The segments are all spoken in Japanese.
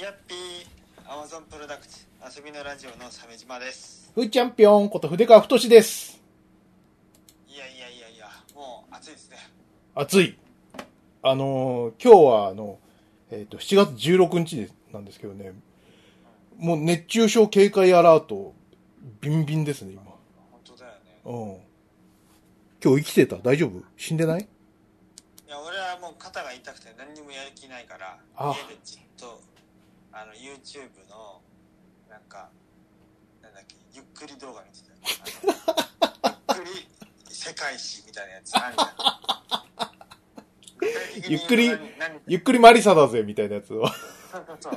ャッピー、アマゾンプロダクツ遊びのラジオの鮫島です。 ふーチャンピオンこと筆川太です。 いや、もう暑いですね。 暑い。今日は7月16日なんですけどね、もう熱中症警戒アラート、ビンビンですね、今。 本当だよね。 うん。今日生きてた？大丈夫？死んでない？ いや、俺はもう肩が痛くて何にもやる気ないから、 あ家でじっと、YouTube の、なんだっけ、ゆっくり動画見てたよ。ゆっくり世界史みたいなやつ。何だゆっくりマリサだぜ、みたいなやつを。 そう。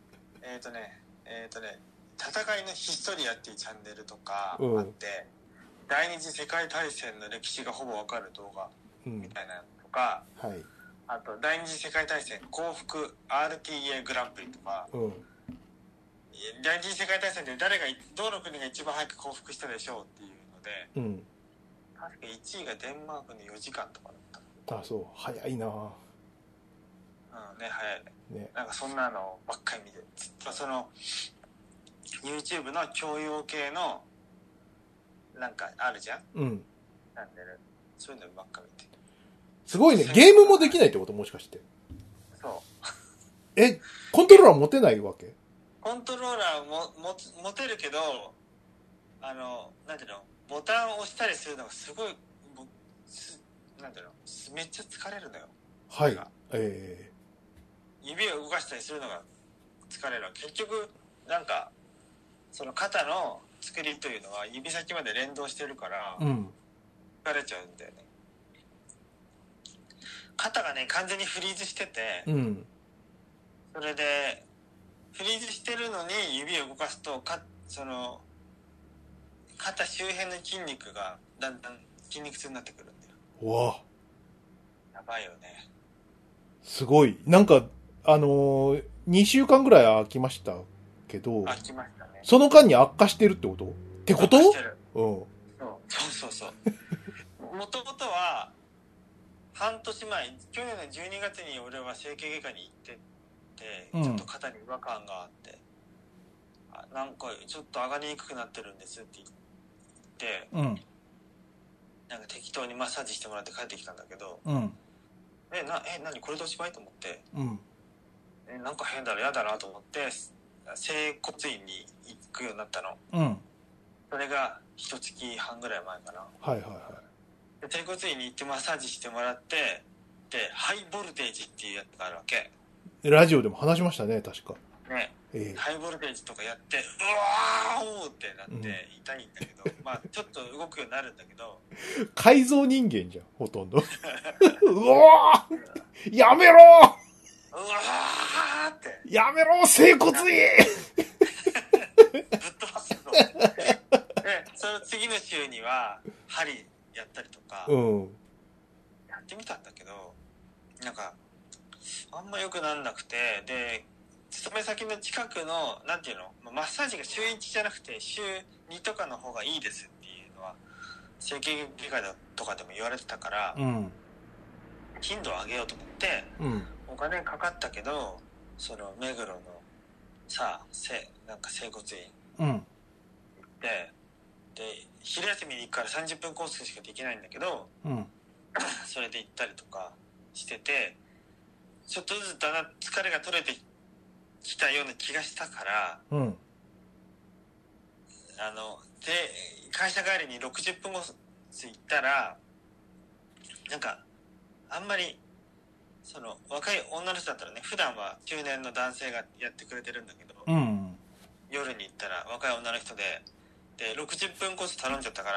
戦いのヒストリアっていうチャンネルとかあって、第二次世界大戦の歴史がほぼわかる動画みたいなのとか、 はい。 あと第二次世界大戦降伏 RTA グランプリとか、第二次世界大戦でどの国が一番早く降伏したでしょうっていうので、確か1位がデンマークの4時間とかだった。 あ、そう。早いなぁ。 早いね。なんかそんなのばっかり見て、ずっとその YouTube の教養系のなんかあるじゃん。チャンネル。そういうのばっか見て。 すごいね。ゲームもできないってこと？もしかして。 そう。 コントローラー持てないわけ？ コントローラーも持てるけど、なんていうの、ボタンを押したりするのがすごい、なんていうの、めっちゃ疲れるのよ。 はい。 指を動かしたりするのが疲れる。結局、なんか、その肩の作りというのは指先まで連動してるから、疲れちゃうんだよね。肩がね、完全にフリーズしてて、それで、フリーズしてるのに指を動かすと、その、肩周辺の筋肉がだんだん筋肉痛になってくるんだよ。 わあ。 やばいよね。 すごい。なんか、2週間ぐらい空きましたけど、 空きましたね。 その間に悪化してるってこと？ってこと？ 悪化してる。そう。もともとは、半年前、去年の12月に俺は整形外科に行ってて、ちょっと肩に違和感があって、なんかちょっと上がりにくくなってるんですって言って、なんか適当にマッサージしてもらって帰ってきたんだけど、何これでおしまいと思って、なんか変だろ、嫌だなと思って、整骨院に行くようになったの。それが1月半ぐらい前かな。で整骨院に行ってマッサージしてもらって、で、ハイボルテージっていうやつがあるわけ。 ラジオでも話しましたね、確か。 ね。ハイボルテージとかやって、うわーってなって痛いんだけど、まあちょっと動くようになるんだけど。 改造人間じゃん、ほとんど。うわーやめろうわーって。 やめろ整骨院ぶっ飛ばすの。で、その次の週には、針やったりとか、やってみたんだけど、なんか、あんま良くなんなくて、で、勤め先の近くの、なんていうの、マッサージが週1じゃなくて週2とかの方がいいですっていうのは、整形外科とかでも言われてたから、頻度を上げようと思って、お金かかったけど、その目黒のさ、なんか整骨院行って、で、昼休みに行くから30分コースしかできないんだけど、それで行ったりとかしてて、ちょっとずつだんだん疲れが取れてきたような気がしたから、で、会社帰りに60分コース行ったら、なんか、あんまり、その、若い女の人だったらね、普段は中年の男性がやってくれてるんだけど、夜に行ったら若い女の人で、60分コース頼んじゃったから、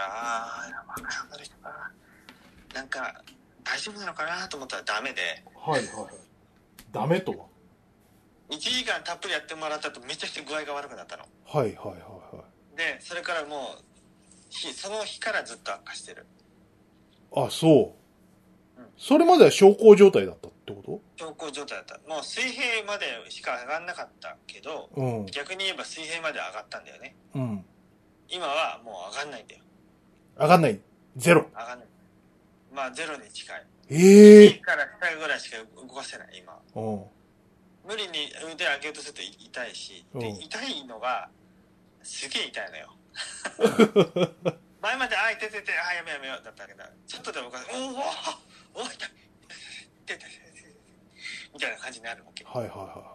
若い女の人が、なんか、大丈夫なのかなと思ったらダメで。 ダメとは 1時間たっぷりやってもらったとめちゃくちゃ具合が悪くなったの。で、それからもう、その日からずっと悪化してる。 あ、そう。それまでは小康状態だったってこと？ 小康状態だった。もう水平までしか上がんなかったけど、逆に言えば水平まで上がったんだよね。今はもう上がんないんだよ。 上がんない？ゼロ？ 上がんない。まあゼロに近い。 1 から下ぐらいしか動かせない、今。 無理に腕上げようとすると痛いし、で痛いのがすげえ痛いのよ。前まで痛い痛い痛い、やめようだったけど、ちょっとでもおお痛い痛いみたいな感じになるわけ。 はいはいはい。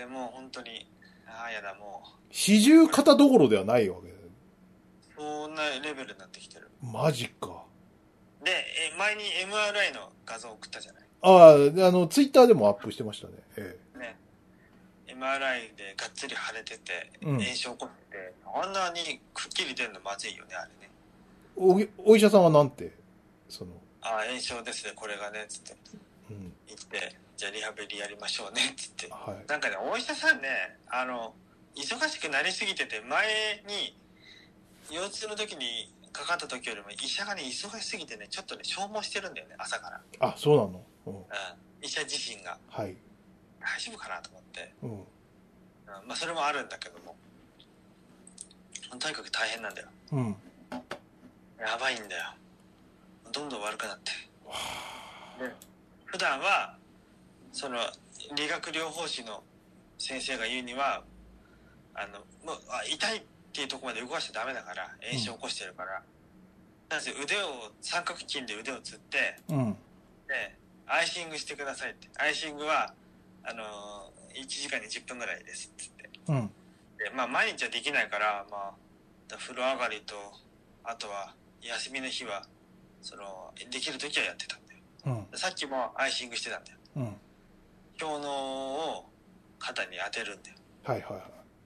もう本当にやだ、もう四十肩どころではないわけだよ。 そんなレベルになってきてる。 マジか。 で、前に MRI の画像を送ったじゃない。 ツイッターでもアップしてましたね。 ね。MRI でがっつり腫れてて、炎症起こって、あんなにくっきり出るのまずいよね、あれね。 お医者さんはなんて、 炎症ですね、これがね、つって。言って、じゃあリハビリやりましょうね、つって。はい、なんかね、お医者さんね、忙しくなりすぎてて、前に、腰痛の時にかかった時よりも医者がね、忙しすぎてね、ちょっとね、消耗してるんだよね、朝から。 あ、そうなの？ 医者自身が。 はい。 大丈夫かなと思って。まあ、それもあるんだけども。とにかく大変なんだよ。やばいんだよ。どんどん悪くなって。で、普段は、理学療法士の先生が言うには、もう、痛いっていうところまで動かしちゃダメだから、炎症を起こしてるから。なぜ三角筋で腕をつって、で、アイシングしてくださいって。アイシングは、1時間に10分ぐらいですっつって。で、まあ、毎日はできないから、まあ、風呂上がりと、あとは、休みの日は、できる時はやってたんだよ。さっきもアイシングしてたんだよ。氷のうを肩に当てるんだよ。 はいはいはい。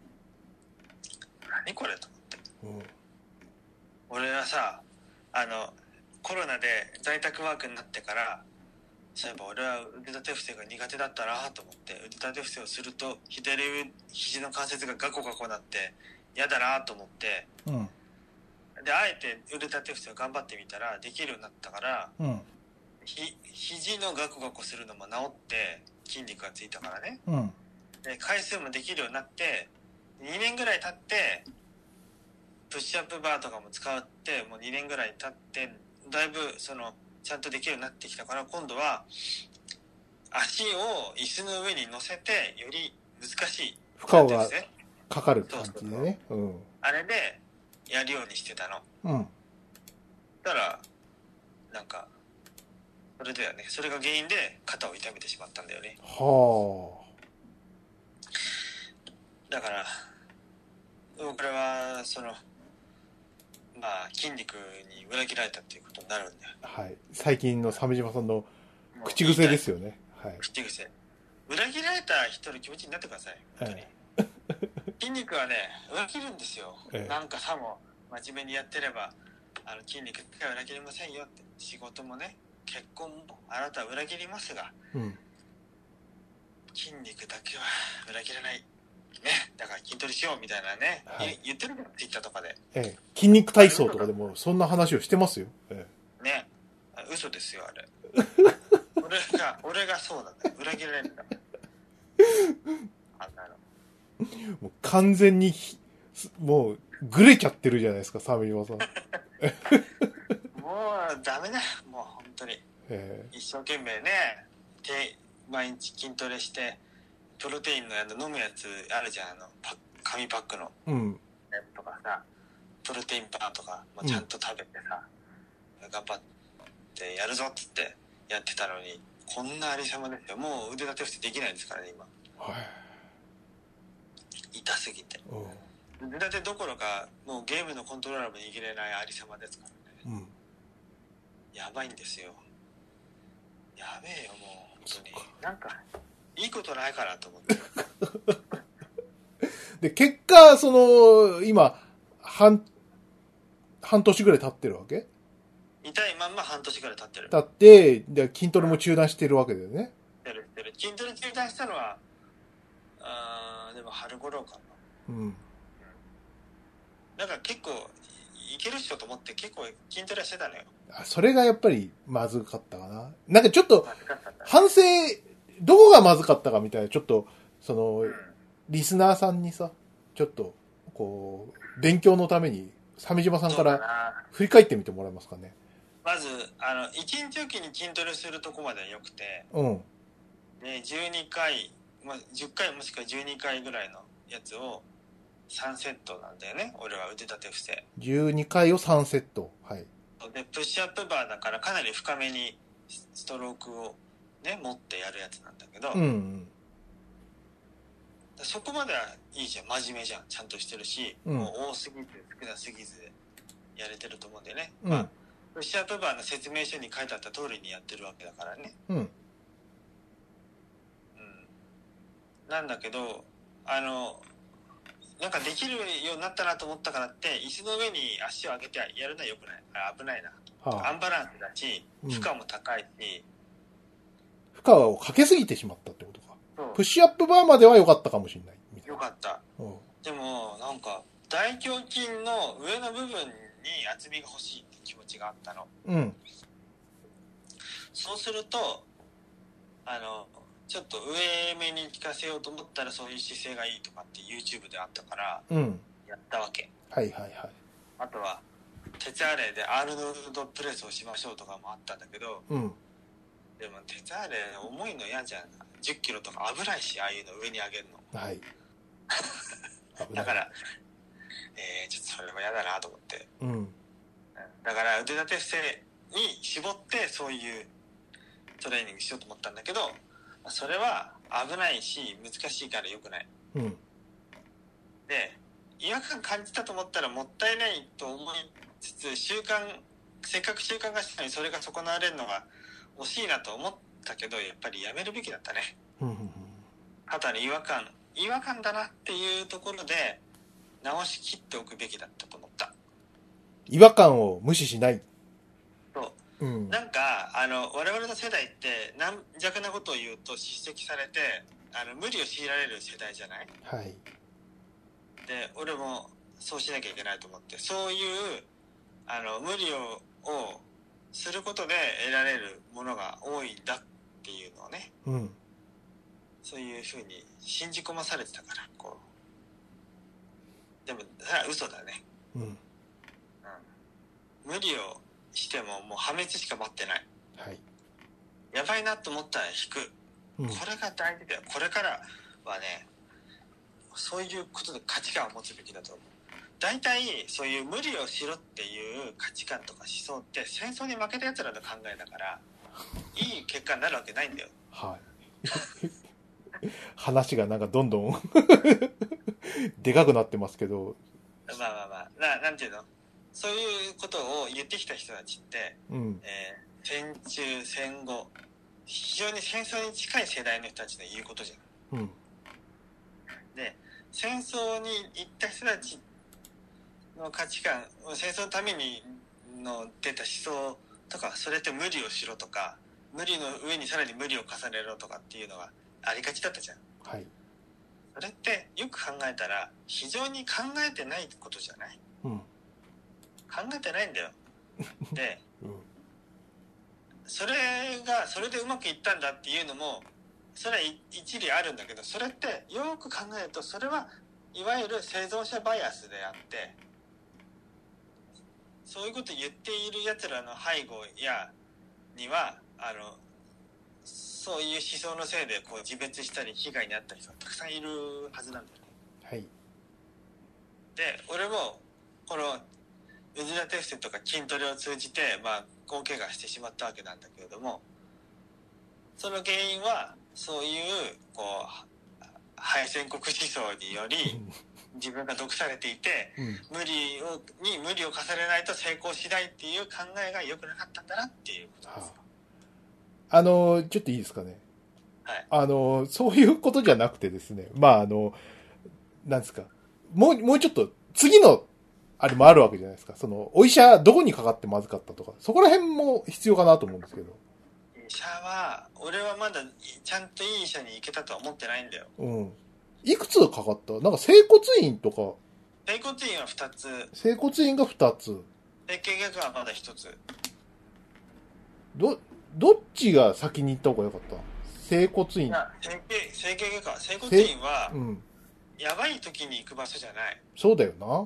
何これと思って。俺はさ、コロナで在宅ワークになってから、そういえば俺は腕立て伏せが苦手だったなと思って、腕立て伏せをすると左肘の関節がガコガコなって嫌だなと思って、であえて腕立て伏せを頑張ってみたらできるようになったから、肘のガコガコするのも治って筋肉がついたからね、で回数もできるようになって2年ぐらい経ってプッシュアップバーとかも使ってもう2年ぐらい経ってだいぶちゃんとできるようになってきたから、今度は足を椅子の上に乗せてより難しい負荷がかかる感じでね。 あれでやるようにしてたの。たらなんかそれだよね。それが原因で肩を痛めてしまったんだよね。はあ。だからこれはまあ筋肉に裏切られたっていうことになるんだよ。 はい。最近の鮫島さんの口癖ですよね。はい。 口癖。裏切られた人の気持ちになってください。本当に。筋肉はね、裏切るんですよ。なんかさも真面目にやってれば、筋肉が裏切りませんよって。仕事もね、結婚もあなたは裏切りますが、筋肉だけは裏切らない。ね、だから筋トレしようみたいなね、言ってるからツイッターとかで、 筋肉体操とかでもそんな話をしてますよ。 ね、嘘ですよあれ。俺がそうなんだよ。裏切られるんだ。あんなの。 もう完全にもうグレちゃってるじゃないですか、鮫島さん。 もうダメだ。もう本当に。一生懸命ね、毎日筋トレして。プロテインの飲むやつあるじゃん、紙パックのやつとかさ、プロテインバーとかもちゃんと食べてさ、頑張ってやるぞっつってやってたのに、こんなありさまですよ。もう腕立て伏せできないんですからね今。痛すぎて、腕立てどころかもうゲームのコントローラーも握れないありさまですからね。やばいんですよ。やべえよもう本当に。なんかいいことないかなと思って。 で、結果、今、半年ぐらい経ってるわけ？ 痛いまんま半年ぐらい経ってる。 経って、で筋トレも中断してるわけだよね。 筋トレ中断したのは、でも春頃かな。なんか結構、いけるっしょと思って結構筋トレしてたのよ。 それがやっぱりまずかったかな。なんかちょっと、反省、どこがまずかったかみたいな、ちょっと、リスナーさんにさ、ちょっと、勉強のために、鮫島さんから振り返ってみてもらえますかね。 まず、1日おきに筋トレするとこまでは良くて、 で、12回、まあ、10回もしくは12回ぐらいのやつを3セットなんだよね。俺は腕立て伏せ。 12回を3セット。はい。 で、プッシュアップバーだからかなり深めにストロークをね、持ってやるやつなんだけど、 うんうん、 そこまではいいじゃん。真面目じゃん。ちゃんとしてるし、 うん、 もう多すぎず少なすぎずやれてると思うんだよね。 うん、 まあ、プッシュアップバーの説明書に書いてあった通りにやってるわけだからね。 うん。 なんだけど、なんかできるようになったなと思ったからって、椅子の上に足を上げてやるのは良くない。危ないな。はあ、アンバランスだし、負荷も高いし、 負荷をかけすぎてしまったってことか。プッシュアップバーまでは良かったかもしれない。 良かった。でも、なんか、大胸筋の上の部分に厚みが欲しいって気持ちがあったの。 うん。 そうすると、ちょっと上目に効かせようと思ったらそういう姿勢がいいとかって YouTube であったから、やったわけ。 はいはいはい。 あとは、鉄アレイでアーノルドプレスをしましょうとかもあったんだけど、でも鉄アレイ重いの嫌じゃん。10キロとか危ないし、ああいうの上に上げるの。 はい。 だから、ちょっとそれも嫌だなと思って。だから腕立て伏せに絞ってそういうトレーニングしようと思ったんだけど、それは危ないし難しいから良くない。で、違和感感じたと思ったらもったいないと思いつつ、せっかく習慣がしたのにそれが損なわれるのが惜しいなと思ったけど、やっぱりやめるべきだったね。肩に違和感だなっていうところで直しきっておくべきだったと思った。 違和感を無視しない。 そう。なんか我々の世代って軟弱なことを言うと叱責されて無理を強いられる世代じゃない？ はい。 で、俺もそうしなきゃいけないと思って、そういう無理をすることで得られるものが多いんだっていうのをね、そういうふうに信じ込まされてたから、こう。でもそれは嘘だね。無理をしてももう破滅しか待ってない。 はい。 やばいなと思ったら引く。これが大事だよ。これからはね、そういうことで価値観を持つべきだと思う。大体そういう無理をしろっていう価値観とか思想って戦争に負けた奴らの考えだから、いい結果になるわけないんだよ。 はい。話がなんかどんどんでかくなってますけど。 まあなんていうの、そういうことを言ってきた人たちって、戦中戦後非常に戦争に近い世代の人たちの言うことじゃん。で、戦争に行った人たちの価値観、戦争のためにの出た思想とか、それって無理をしろとか、無理の上にさらに無理を重ねろとかっていうのがありがちだったじゃん。はい。それってよく考えたら非常に考えてないことじゃない？考えてないんだよ。で、それでうまくいったんだっていうのも、それは一理あるんだけど、それってよく考えると、それはいわゆる生存者バイアスであって、そういうことを言っている奴らの背後にはそういう思想のせいでこう自滅したり被害に遭った人がたくさんいるはずなんだよね。はい。で、俺もこの腕立て伏せとか筋トレを通じて大怪我してしまったわけなんだけれども、その原因はそういう敗戦国思想により自分が毒されていて、無理を重ねないと成功しないっていう考えが良くなかったんだなっていうことです。 ちょっといいですかね。 はい。 そういうことじゃなくてですね。なんですか。もうちょっと次のあれもあるわけじゃないですか。お医者どこにかかってまずかったとか、そこら辺も必要かなと思うんですけど。 医者は、俺はまだちゃんといい医者に行けたとは思ってないんだよ。 いくつかかった？なんか整骨院とか。 整骨院は2つ。 整骨院が2つ。 整形外科はまだ1つ。 どっちが先に行った方がよかった？整骨院。 整形外科。整骨院は、やばい時に行く場所じゃない。 そうだよな。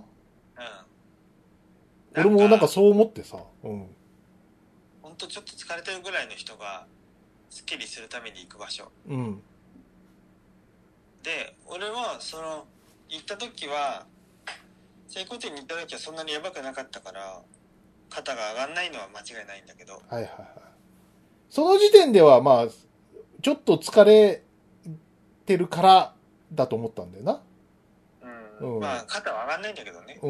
俺もなんかそう思ってさ。 ほんとちょっと疲れてるぐらいの人が、 すっきりするために行く場所。 うん。 で、俺は行った時は整骨院に行った時はそんなにやばくなかったから肩が上がんないのは間違いないんだけど。 はいはいはい。その時点ではまあちょっと疲れてるからだと思ったんだよな。 うん。まあ肩は上がんないんだけどね。 うん。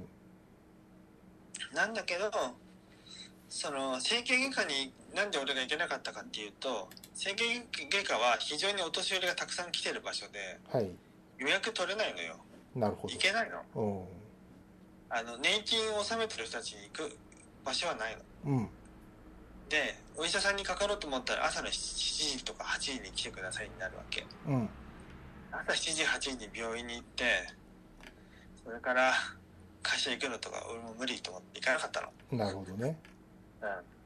なんだけど、整形外科になんで俺が行けなかったかっていうと、整形外科は非常にお年寄りがたくさん来てる場所で、 はい、 予約取れないのよ。 なるほど。 行けないの。 うん。 年金を納めてる人たちに行く場所はないの。うん。 で、お医者さんにかかろうと思ったら朝の7時とか8時に来てくださいになるわけ。 うん。 朝7時8時に病院に行って、それから会社行くのとか俺も無理と思って行かなかったの。 なるほどね。 うん。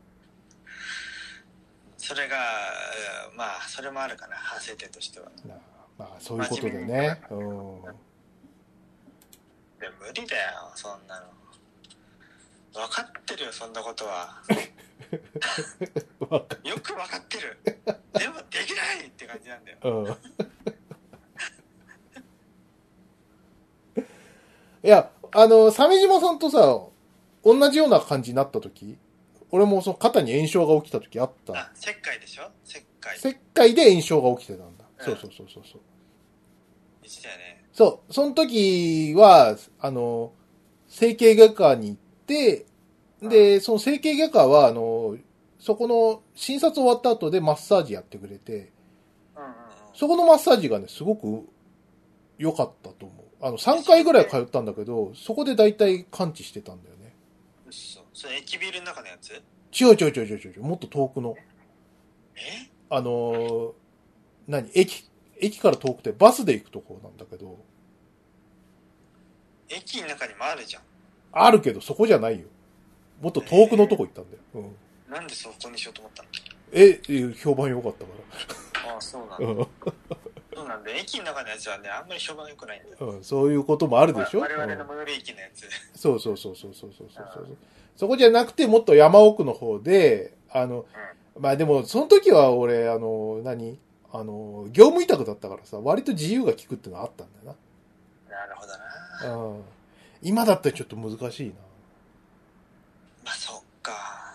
それがまあそれもあるかな、反省点としては。 まあそういうことでね。うん。 で無理だよそんなの。分かってるよそんなことは。よく分かってる。でもできないって感じなんだよ。うん。 いや鮫島さんとさ同じような感じになった時、俺もその肩に炎症が起きた時あった。 あ、切開でしょ。切開で炎症が起きてたんだ。そうそうそうそう。 言ってたよね。 そう。その時は、整形外科に行って、で、その整形外科は、そこの診察終わった後でマッサージやってくれて、そこのマッサージがね、すごく良かったと思う。3回ぐらい通ったんだけど、そこで大体完治してたんだよね。 それ駅ビルの中のやつ？ 違う。もっと遠くの。駅から遠くてバスで行くとこなんだけど。 駅の中にもあるじゃん。 あるけど、そこじゃないよ。もっと遠くのとこ行ったんだよ。 うん。なんでそこにしようと思ったの？ 評判良かったから。ああ、そうなんだ。そうなんだ。駅の中のやつはね、あんまり評判良くないんだよ。 うん、そういうこともあるでしょ？ 我々の最寄り駅のやつ。 そう。そこじゃなくて、もっと山奥の方で、まあでも、その時は俺、業務委託だったからさ、割と自由が利くってのはあったんだよな。なるほどな。 うん。今だったらちょっと難しいな。 まあ、そっか。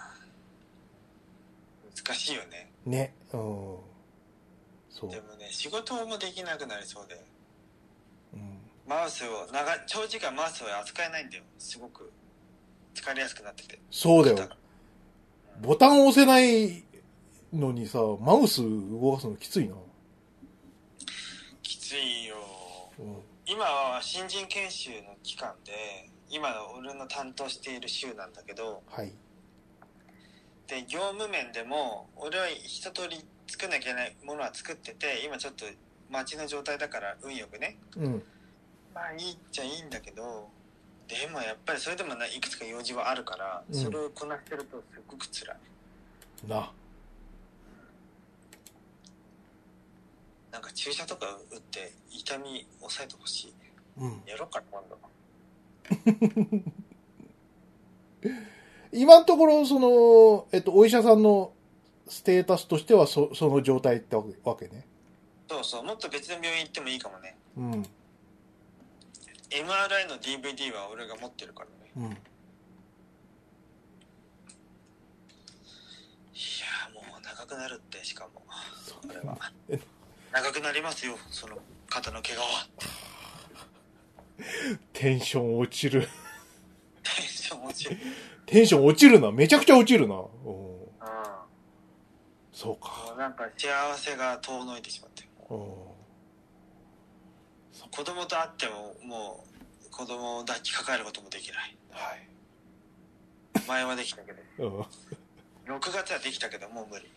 難しいよね。 ね。うん。そう。 でもね、仕事もできなくなりそうで。 うん。 長時間マウスを扱えないんだよ。すごく疲れやすくなってて。 そうだよ。ボタンを押せないのにさ、マウス動かすのきついな。 きついよ。今は新人研修の期間で、今俺の担当している週なんだけど、 はい。 で、業務面でも、俺は一通り作んなきゃいけないものは作ってて、今ちょっと待ちの状態だから運よくね。 うん。 まあいいっちゃいいんだけど、でもやっぱりそれでもいくつか用事はあるから、それをこなしてるとすごく辛い。 な。 なんか注射とか打って痛み抑えてほしい。 うん。 やろうか今度。 今のところ、お医者さんのステータスとしてはその状態ってわけね。 そう。もっと別の病院行ってもいいかもね。 うん。 MRI の DVD は俺が持ってるからね。 うん。いやもう長くなるって、しかも。それは。長くなりますよ、その肩の怪我は。 テンション落ちる。 テンション落ちるな。めちゃくちゃ落ちるな。そうか。 もうなんか幸せが遠のいてしまって。子供と会ってももう子供を抱きかかえることもできない。 はい。 前はできたけど。6月はできたけどもう無理。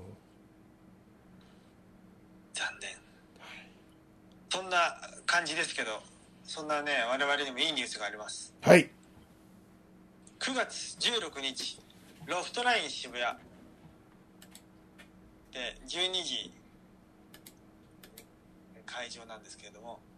残念。そんな感じですけど、そんなね、我々にもいいニュースがあります。 はい。 9月16日、ロフトライン渋谷で12時会場なんですけれども、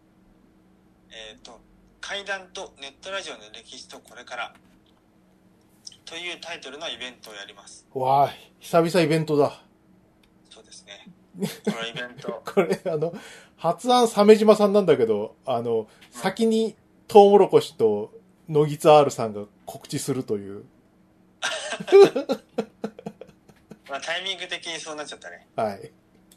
怪談とネットラジオの歴史とこれからというタイトルのイベントをやります。 わあ、久々イベントだ。 ですね。このイベント。 これ、発案鮫島さんなんだけど、先にトウモロコシとノギツ R さんが告知するという。 まあ、タイミング的にそうなっちゃったね。 はい。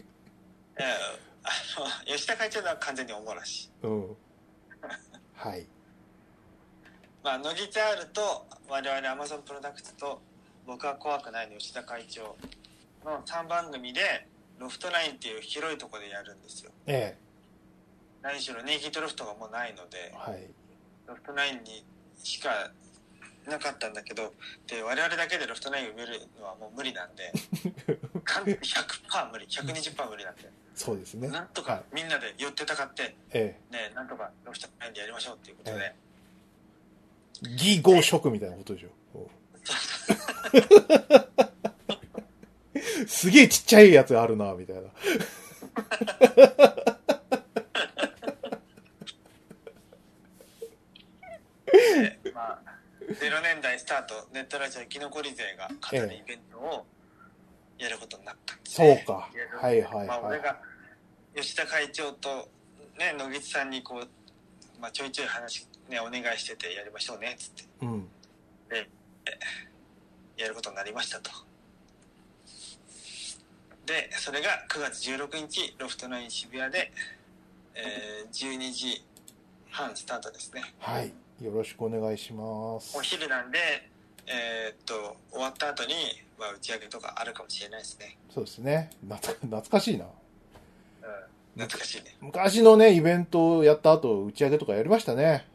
吉田会長は完全におもらし。 うん。はい。 まあ、ノギツ R と我々 Amazon プロダクツと僕は怖くないの吉田会長の3番組でロフトナインっていう広いところでやるんですよ。 ええ。 何しろネイキッドロフトがもうないので、 はい、 ロフトナインにしかなかったんだけど、で我々だけでロフトナイン埋めるのはもう無理なんで100% 無理、120% 無理なんで、 そうですね。 なんとかみんなで寄ってたかって、 ね、 なんとかロフトナインでやりましょうっていうことで、 義合色みたいなことでしょ。すげえちっちゃいやつあるなみたいな。 まあ、0年代スタートネットラジオ生き残り勢が語るイベントをやることになったんですね。 そうか。はいはいはい。 まあ、俺が吉田会長とね野口さんにこう、まあ、ちょいちょい話ねお願いしててやりましょうねっつって、 うん、 でやることになりましたと。でそれが9月16日ロフトナイン渋谷で、12時半スタートですね。 はい、よろしくお願いします。 お昼なんで終わった後に、まあ、打ち上げとかあるかもしれないですね。 そうですね。懐かしいな。 懐かしいね。 昔のねイベントをやった後打ち上げとかやりましたね。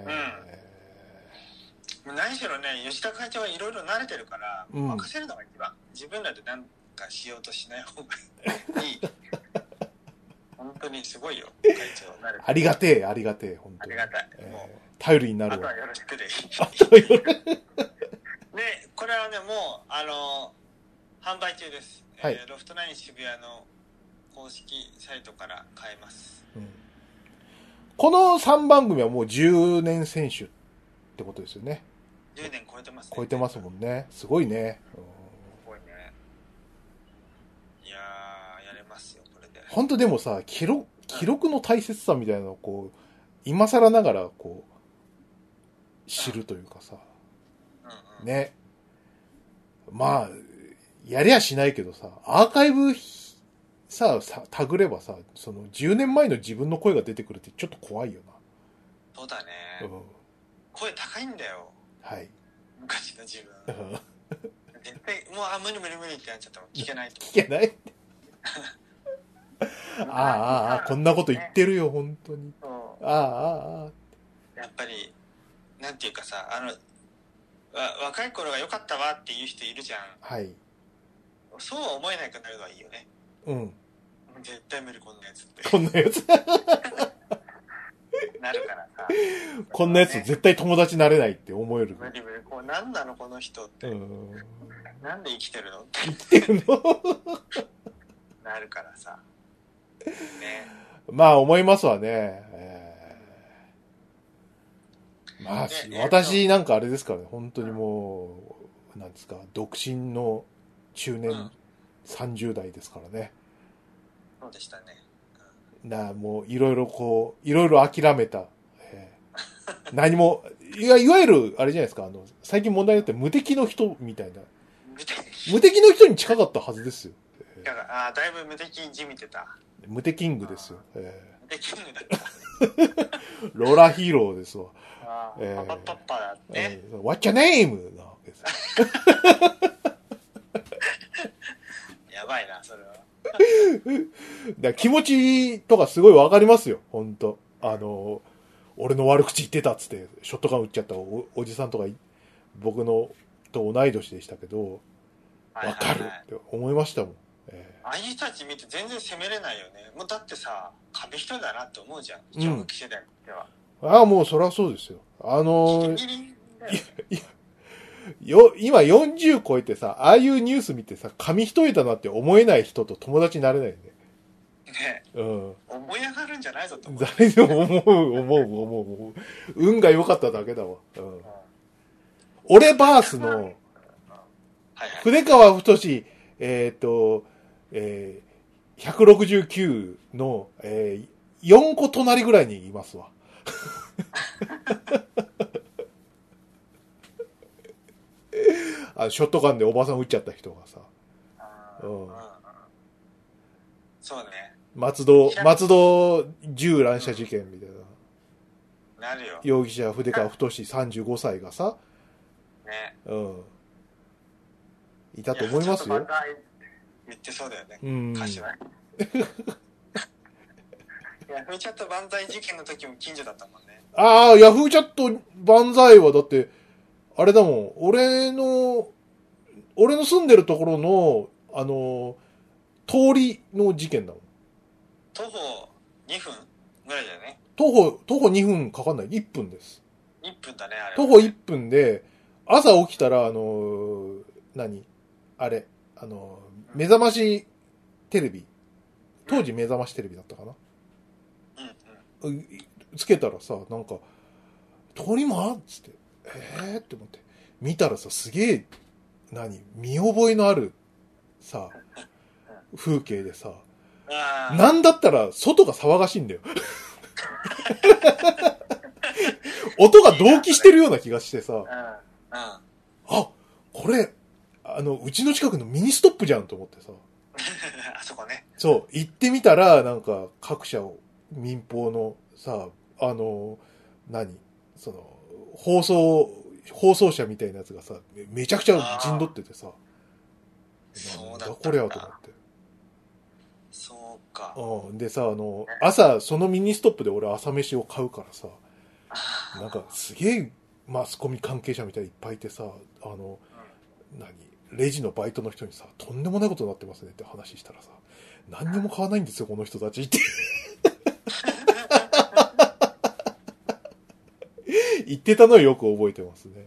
何しろね吉田会長はいろいろ慣れてるから、任せるのが一番。自分らで何かしようとしない方がいい。本当にすごいよ会長慣れてる。 ありがてえありがてえ本当に。 ありがたい。もう頼りになるわ。 あとはよろしくでいい。 あとはよろしく。 でこれはねもう販売中です。はい、ロフトナイン渋谷の公式サイトから買えます。 この3番組はもう10年選手ってことですよね。 10年超えてますね。 超えてますもんね。すごいね。 すごいね。いやーやれますよこれで。 本当でもさ記録の大切さみたいなのをこう今更ながらこう知るというかさ、ね。まあやりゃしないけどさアーカイブさタグればさその10年前の自分の声が出てくるってちょっと怖いよな。 そうだね。声高いんだよ。はい。昔の自分。絶対もう無理ってなっちゃったもん。聞けないと。 聞けない。ああこんなこと言ってるよ本当に。ああ。 やっぱりなんていうかさ若い頃が良かったわっていう人いるじゃん。はい。そうは思えなくなるのはいいよね。うん。絶対無理こんなやつって。 こんなやつなるからさ。 こんなやつ絶対友達になれないって思える。 無理こう何なのこの人って。なんで生きてるのって。 生きてるのなるからさ。ね。 まあ思いますわね。まあ私なんかあれですからね本当にもうなんですか独身の中年30代ですからね。 そうでしたね。 もういろいろ諦めた、何もいわゆるあれじゃないですか最近問題になって無敵の人みたいな無敵の人に近かったはずですよ。 だいぶ無敵じみてた。 無敵キングですよ。無敵キングだった。 ローラヒーローですわ。 パパパッパだって。 What's your name? なわけですよ。 やばいなそれは。 だ気持ちとかすごいわかりますよ本当。俺の悪口言ってたっつってショットガン撃っちゃった おじさんとか僕のと同い年でしたけどわかるって思いましたもん。 ああいう人たち見て全然責めれないよね。もうだってさ紙一重だなって思うじゃん。上級世代では。 もうそりゃそうですよ。今40超えてさああいうニュース見てさ紙一重だなって思えない人と友達になれないよね。 ね、思い上がるんじゃないぞと思う。運が良かっただけだわ。俺バースの筆川太 169の、4個隣ぐらいにいますわ。ショットガンでおばさん撃っちゃった人がさ。うん。 そうね。 松戸銃乱射事件みたいな。なるよ。 容疑者筆川太35歳がさ。 ね。 うん。いたと思いますよ。 言ってそうだよね。 うん。 歌詞は。いや、フーチャット万歳事件の時も近所だったもんね。 ああ、ヤフーチャット万歳はだって、あれだもん、俺の住んでるところの、通りの事件だもん。 徒歩2分ぐらいだよね。 徒歩2分かかんない。1分です。 1分だね、あれ、ね。 徒歩1分で、朝起きたら、目覚ましテレビ。当時目覚ましテレビだったかな。うん。つけたらさ、なんか、通り魔つって、って思って。見たらさ、すげえ、見覚えのある、さ、風景でさ、なんだったら、外が騒がしいんだよ。音が同期してるような気がしてさ、あ、これ、うちの近くのミニストップじゃんと思ってさ。 あそこね。 そう、行ってみたら、なんか、各社民放のさ、放送車みたいなやつがさ、めちゃくちゃ陣取っててさ、 そうだこれやと思って。 そうか。 でさ、朝、そのミニストップで俺朝飯を買うからさ、なんかすげえマスコミ関係者みたいにいっぱいいてさ、レジのバイトの人にさ、とんでもないことになってますねって話したらさ、何にも買わないんですよ、この人たちって。言ってたのをよく覚えてますね。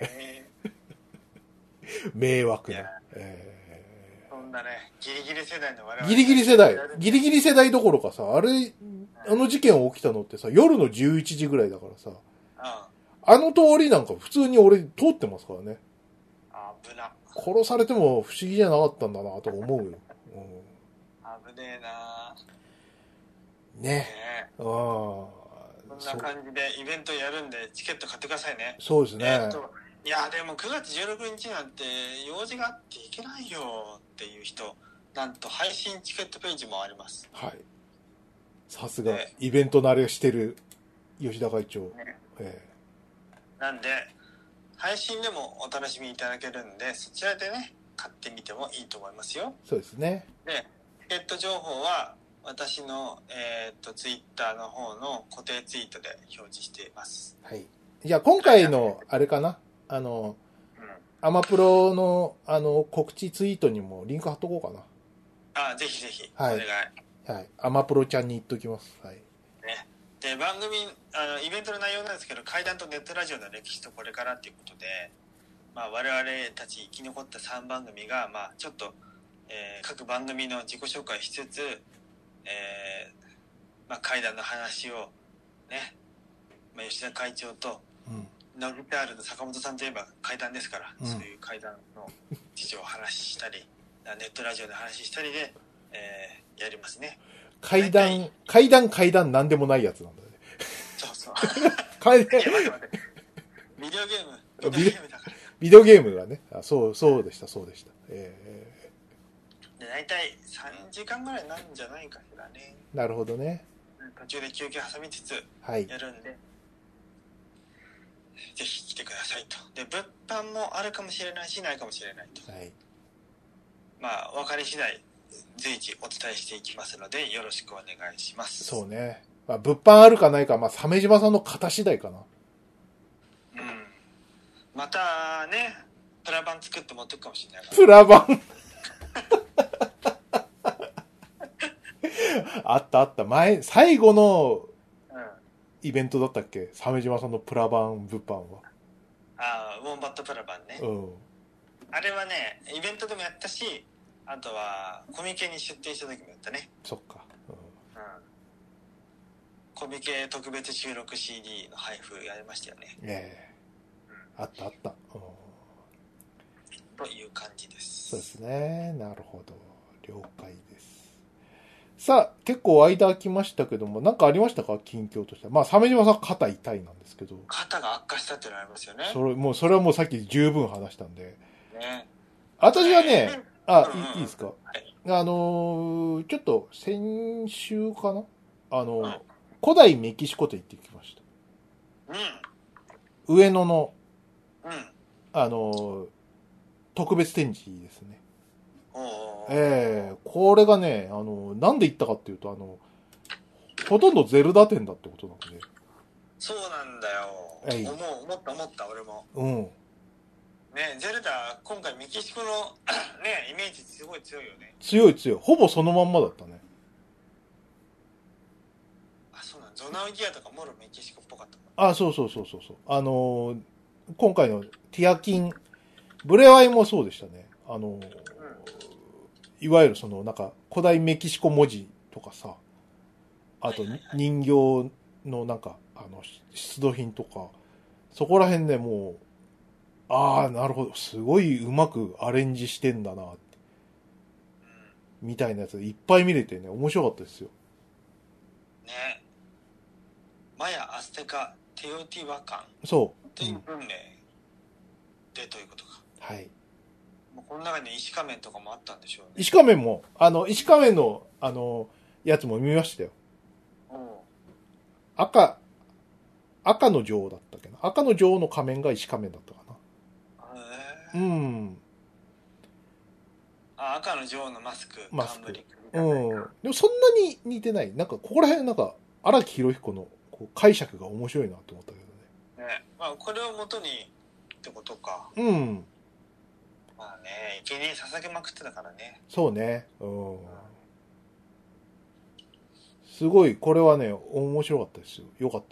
迷惑な。 そんなね、ギリギリ世代の我々。 ギリギリ世代どころかさ、あの事件起きたのってさ、夜の11時ぐらいだからさ、あの通りなんか普通に俺通ってますからね。 危な。 殺されても不思議じゃなかったんだなと思うよ。 危ねえなね。 こんな感じでイベントやるんでチケット買ってくださいね。 そうですね。 いやでも9月16日なんて用事があって行けないよっていう人、なんと配信チケットページもあります。 はい。さすがイベント慣れしてる吉田会長。 なんで配信でもお楽しみいただけるんで、そちらでね買ってみてもいいと思いますよ。 そうですね。 でチケット情報は私のツイッターの方の固定ツイートで表示しています。 はい。じゃあ今回のあれかな、アマプロの告知ツイートにもリンク貼っとこうかな。ぜひぜひ、 はい、お願い。はい。アマプロちゃんに言っときます。はい。 ね。で、番組、イベントの内容なんですけど、怪談とネットラジオの歴史とこれからっていうことで、まあ我々たち生き残った3番組が、まあちょっと、各番組の自己紹介しつつ、まあ怪談の話をね、まあ、吉田会長と、ノギタールの坂本さんといえば怪談ですから、そういう怪談の事情を話したり、ネットラジオで話したりで、やりますね。怪談なんでもないやつなんだね。 そうそう。 怪談。 いや、待って。ビデオゲームだから。 ビデオゲームがね。そうでした。 で、大体3時間ぐらいなんじゃないかしらね。 なるほどね。 途中で休憩挟みつつやるんで、ぜひ来てくださいと。で、物販もあるかもしれないしないかもしれないと。はい。まあ分かり次第随時お伝えしていきますのでよろしくお願いします。 そうね。まあ、物販あるかないか、まあ鮫島さんの型次第かな。 またね、プラ版作って持ってくかもしれないから。 プラ版あった最後のイベントだったっけ、鮫島さんのプラ版物販は。 ウォンバットプラ版ね。 うん。 あれはね、イベントでもやったし、あとはコミケに出店した時もやったね。 そっか。 コミケ特別収録 CD の配布やりましたよね。 あった。 という感じです。 そうですね。なるほど。了解です。 さあ、結構間空きましたけども、なんかありましたか近況としては。まあ、鮫島さん肩痛いなんですけど。 肩が悪化したっていうのありますよね。 それはもうさっき十分話したんで。 ね。 私はね、いいですか、 はい、 ちょっと先週かな古代メキシコと行ってきました。うん。上野の、うん。特別展示ですね。これがね、なんで行ったかっていうと、ほとんどゼルダ展だってことなんで。 そうなんだよ。思った、俺も。うん。ね、ゼルダ、今回メキシコのね、イメージすごい強いよね。 強い。ほぼそのまんまだったね。 あ、そうなん、ゾナウギアとかもろメキシコっぽかった。 あ、そう。今回のティアキン、ブレワイもそうでしたね。いわゆるその、なんか、古代メキシコ文字とかさ、あと人形のなんか、出土品とか、そこら辺ね、もう、なるほど、すごいうまくアレンジしてんだなって、みたいなやついっぱい見れてね、面白かったですよ。 ね。マヤ、アステカ、テオティワカン。 そう。 っていう文明でということか。 はい。 この中に石仮面とかもあったんでしょうね。 石仮面も、石仮面の、やつも見ましたよ。赤の女王だったっけな。赤の女王の仮面が石仮面だったかな。うん。 赤の女王のマスク。 うん。でもそんなに似てない。なんか、ここら辺なんか、荒木博彦のこう解釈が面白いなと思ったけどね。 ね。まあ、これを元にってことか。 うん。 まあね、生贄捧げまくってたからね。 そうね。うん。すごい、これはね、面白かったですよ。よかった。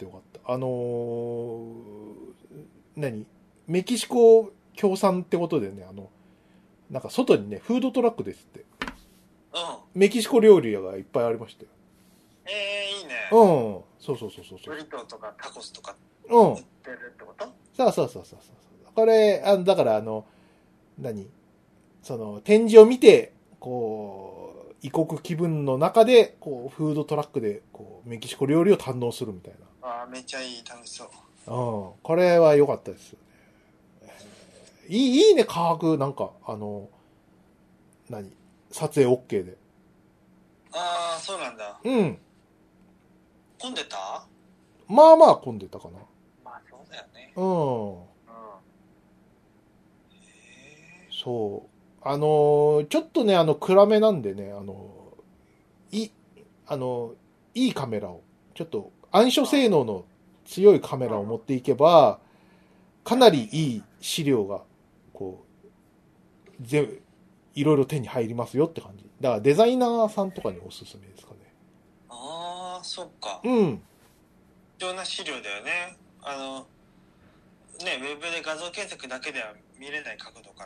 メキシコ共産ってことでね、なんか外にね、フードトラックですって。うん。メキシコ料理屋がいっぱいありましたよ。 いいね。 うん。そう。 ブリトーとかタコスとか。 売ってるってこと？ そう。これ、だからその、展示を見て、こう、異国気分の中で、こう、フードトラックで、こう、メキシコ料理を堪能するみたいな。めっちゃいい、楽しそう。 これは良かったですよね。いいね、価格、なんか、撮影 OK で。 そうなんだ。 うん。 混んでた？ まあ混んでたかな。 まあそうだよね。 そう。ちょっとね、暗めなんでね、いいカメラを、ちょっと暗所性能の強いカメラを持っていけば、かなりいい資料が、こう、いろいろ手に入りますよって感じ。だからデザイナーさんとかにおすすめですかね。 そっか。 うん。 貴重な資料だよね。ウェブで画像検索だけでは見れない角度から。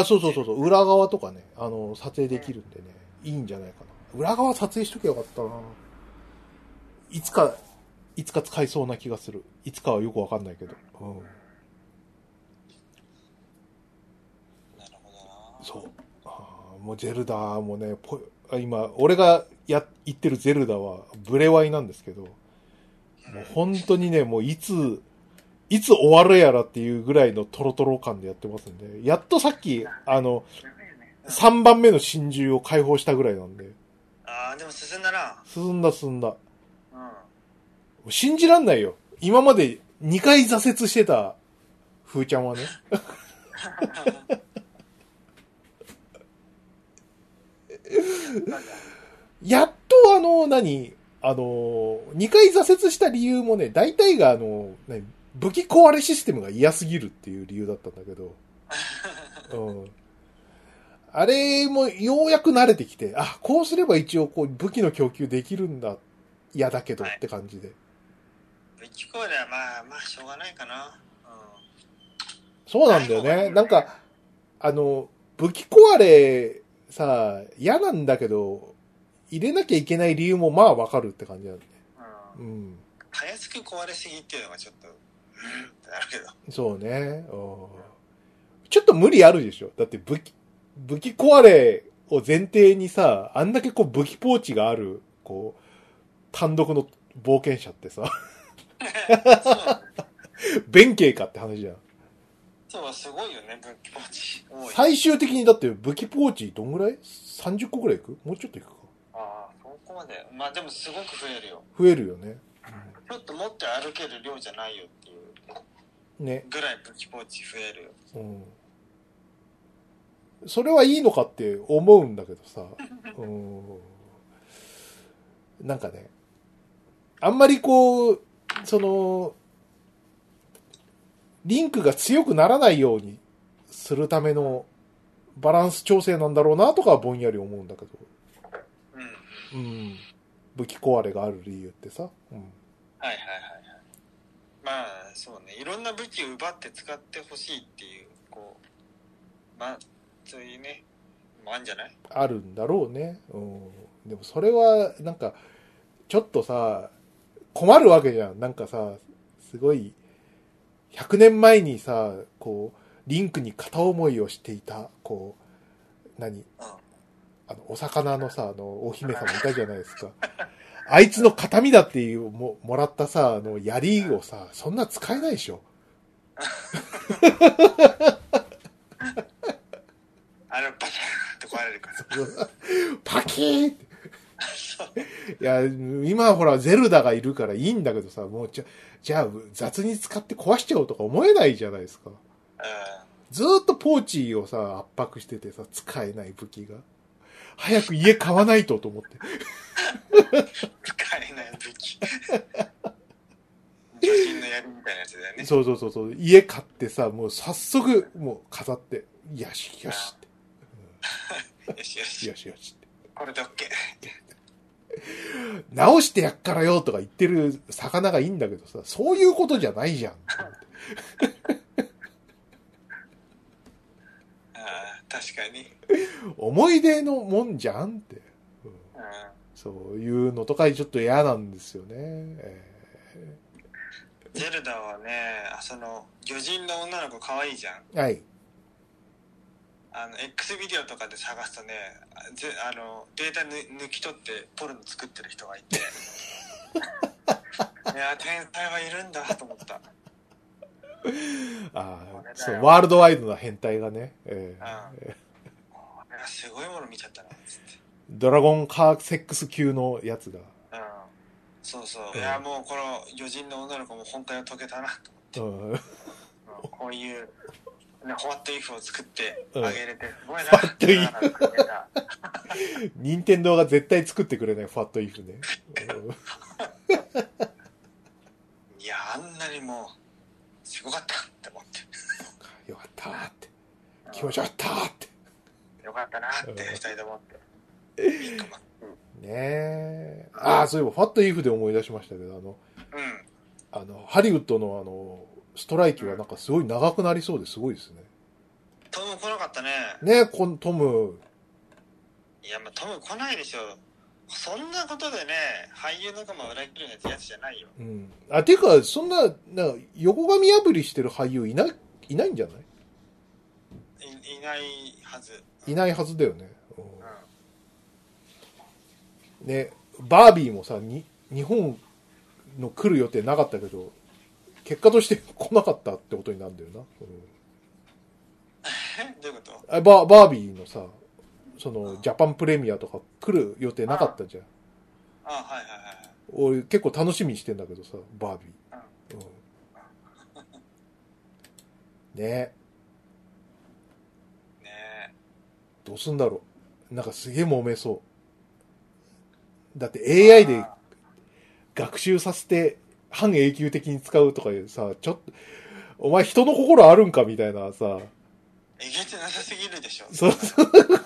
そう。裏側とかね、撮影できるんでね、いいんじゃないかな。裏側撮影しときゃよかったな。いつか使いそうな気がする。いつかはよくわかんないけど。うん。 なるほどな。 そう。もうゼルダもね、今、俺が言ってるゼルダはブレワイなんですけど、もう本当にね、もういつ終わるやらっていうぐらいのトロトロ感でやってますんで、やっとさっき、3番目の真珠を解放したぐらいなんで。 でも進んだな。 進んだ。信じらんないよ。今まで2回挫折してた、ふーちゃんはね。やっと2回挫折した理由もね、大体が武器壊れシステムが嫌すぎるっていう理由だったんだけど、あれもようやく慣れてきて、こうすれば一応こう武器の供給できるんだ、嫌だけどって感じで。 武器壊れはまあしょうがないかな。 そうなんだよね。なんか、武器壊れさ、嫌なんだけど、入れなきゃいけない理由もまあわかるって感じなんだね。 たやすく壊れすぎっていうのがちょっと、ってなるけど。 そうね。ちょっと無理あるでしょ。だって武器壊れを前提にさ、あんだけこう武器ポーチがある、こう、単独の冒険者ってさ、弁慶かって話じゃん。 そう、すごいよね、武器ポーチ。 最終的にだって武器ポーチどんぐらい ?30 個ぐらいいく？もうちょっといくか。 ああ、そこまで。まあでもすごく増えるよ。 増えるよね。 ちょっと持って歩ける量じゃないよっていう。ね。ぐらい武器ポーチ増えるよ。 うん。それはいいのかって思うんだけどさ。うん。なんかね。あんまりこう、リンクが強くならないようにするためのバランス調整なんだろうなとかはぼんやり思うんだけど。うん。うん。武器壊れがある理由ってさ。うん。 はいはいはいはい。まあ、そうね。いろんな武器を奪って使ってほしいっていう、こう、まあ、そういうね、もあるんじゃない？ あるんだろうね。うん。でもそれは、なんか、ちょっとさ、困るわけじゃん。なんかさ、すごい、100年前にさ、こう、リンクに片思いをしていた、こう、お魚のさ、お姫様いたじゃないですか。あいつの形見だっていうもらったさ、槍をさ、そんな使えないでしょ。 パキーンって壊れるから。 パキーンって。いや、今ほら、ゼルダがいるからいいんだけどさ、もうじゃあ、雑に使って壊しちゃおうとか思えないじゃないですか。ずーっとポーチをさ、圧迫しててさ、使えない武器が。早く家買わないと思って。 使えない武器。巨人の槍みたいなやつだよね。 そう。家買ってさ、もう早速、もう飾って、よしよしって。よしよし。 よしよしって。 これで OK。 直してやっからよとか言ってる魚がいいんだけどさ、そういうことじゃないじゃん。 確かに。 思い出のもんじゃんって、そういうのとかちょっと嫌なんですよね。 ゼルダはね、魚人の女の子可愛いじゃん。 はい。 X ビデオとかで探すとね、データ抜き取ってポルノ作ってる人がいて、いや、天才はいるんだと思った。 そう、ワールドワイドな変態がね。これはすごいもの見ちゃったな、つって。 ドラゴンカーセックス級のやつが。 そうそう。いや、もうこの魚人の女の子も本当に解けたなと思って。こういう、ね、ホワットイフを作ってあげれて、すごいな。ファットイフ。任天堂が絶対作ってくれないファットイフね。 いや、あんなにもう、すごかったって思って。 よかったって。気持ちよかったって。 よかったなって、二人と思って。 ねえ。そういえば、ファットイフで思い出しましたけど、ハリウッドのストライキはなんかすごい長くなりそうですごいですね。 トム来なかったね。 ね、トム。 いや、トム来ないでしょ。そんなことでね、俳優仲間を裏切るやつじゃないよ。 ていうか、そんな、横髪破りしてる俳優いないんじゃない？ いないはず。 いないはずだよね。ね、バービーもさ、日本の来る予定なかったけど、結果として来なかったってことになるんだよな。 どういうこバと？ ービーのさ、ジャパンプレミアとか来る予定なかったじゃん。 はいはいはい。 俺結構楽しみにしてんだけどさ、バービー。ねえ。 どうすんだろう。なんかすげえ揉めそう。だって AI で学習させて半永久的に使うとかいうさ、ちょっと、お前人の心あるんかみたいなさ。 えげてなさすぎるでしょ。 そうそう。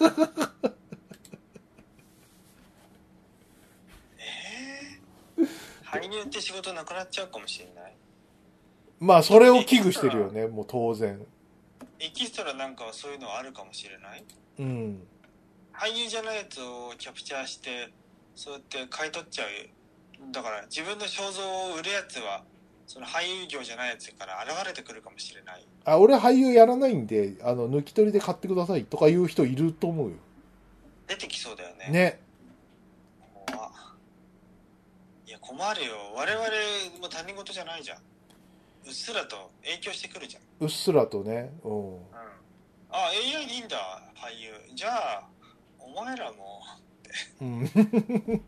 俳優って仕事なくなっちゃうかもしれない。 まあそれを危惧してるよね、もう当然。 エキストラなんかはそういうのあるかもしれない。 俳優じゃないやつをキャプチャーしてそうやって買い取っちゃう。だから自分の肖像を売るやつはその俳優業じゃないやつから現れてくるかもしれない。 俺俳優やらないんで抜き取りで買ってくださいとかいう人いると思うよ。 出てきそうだよね。 ね。 いや、困るよ。我々も他人事じゃないじゃん。うっすらと影響してくるじゃん。 うっすらとね。 あ、AI でいいんだ、俳優。じゃあ、お前らも、って。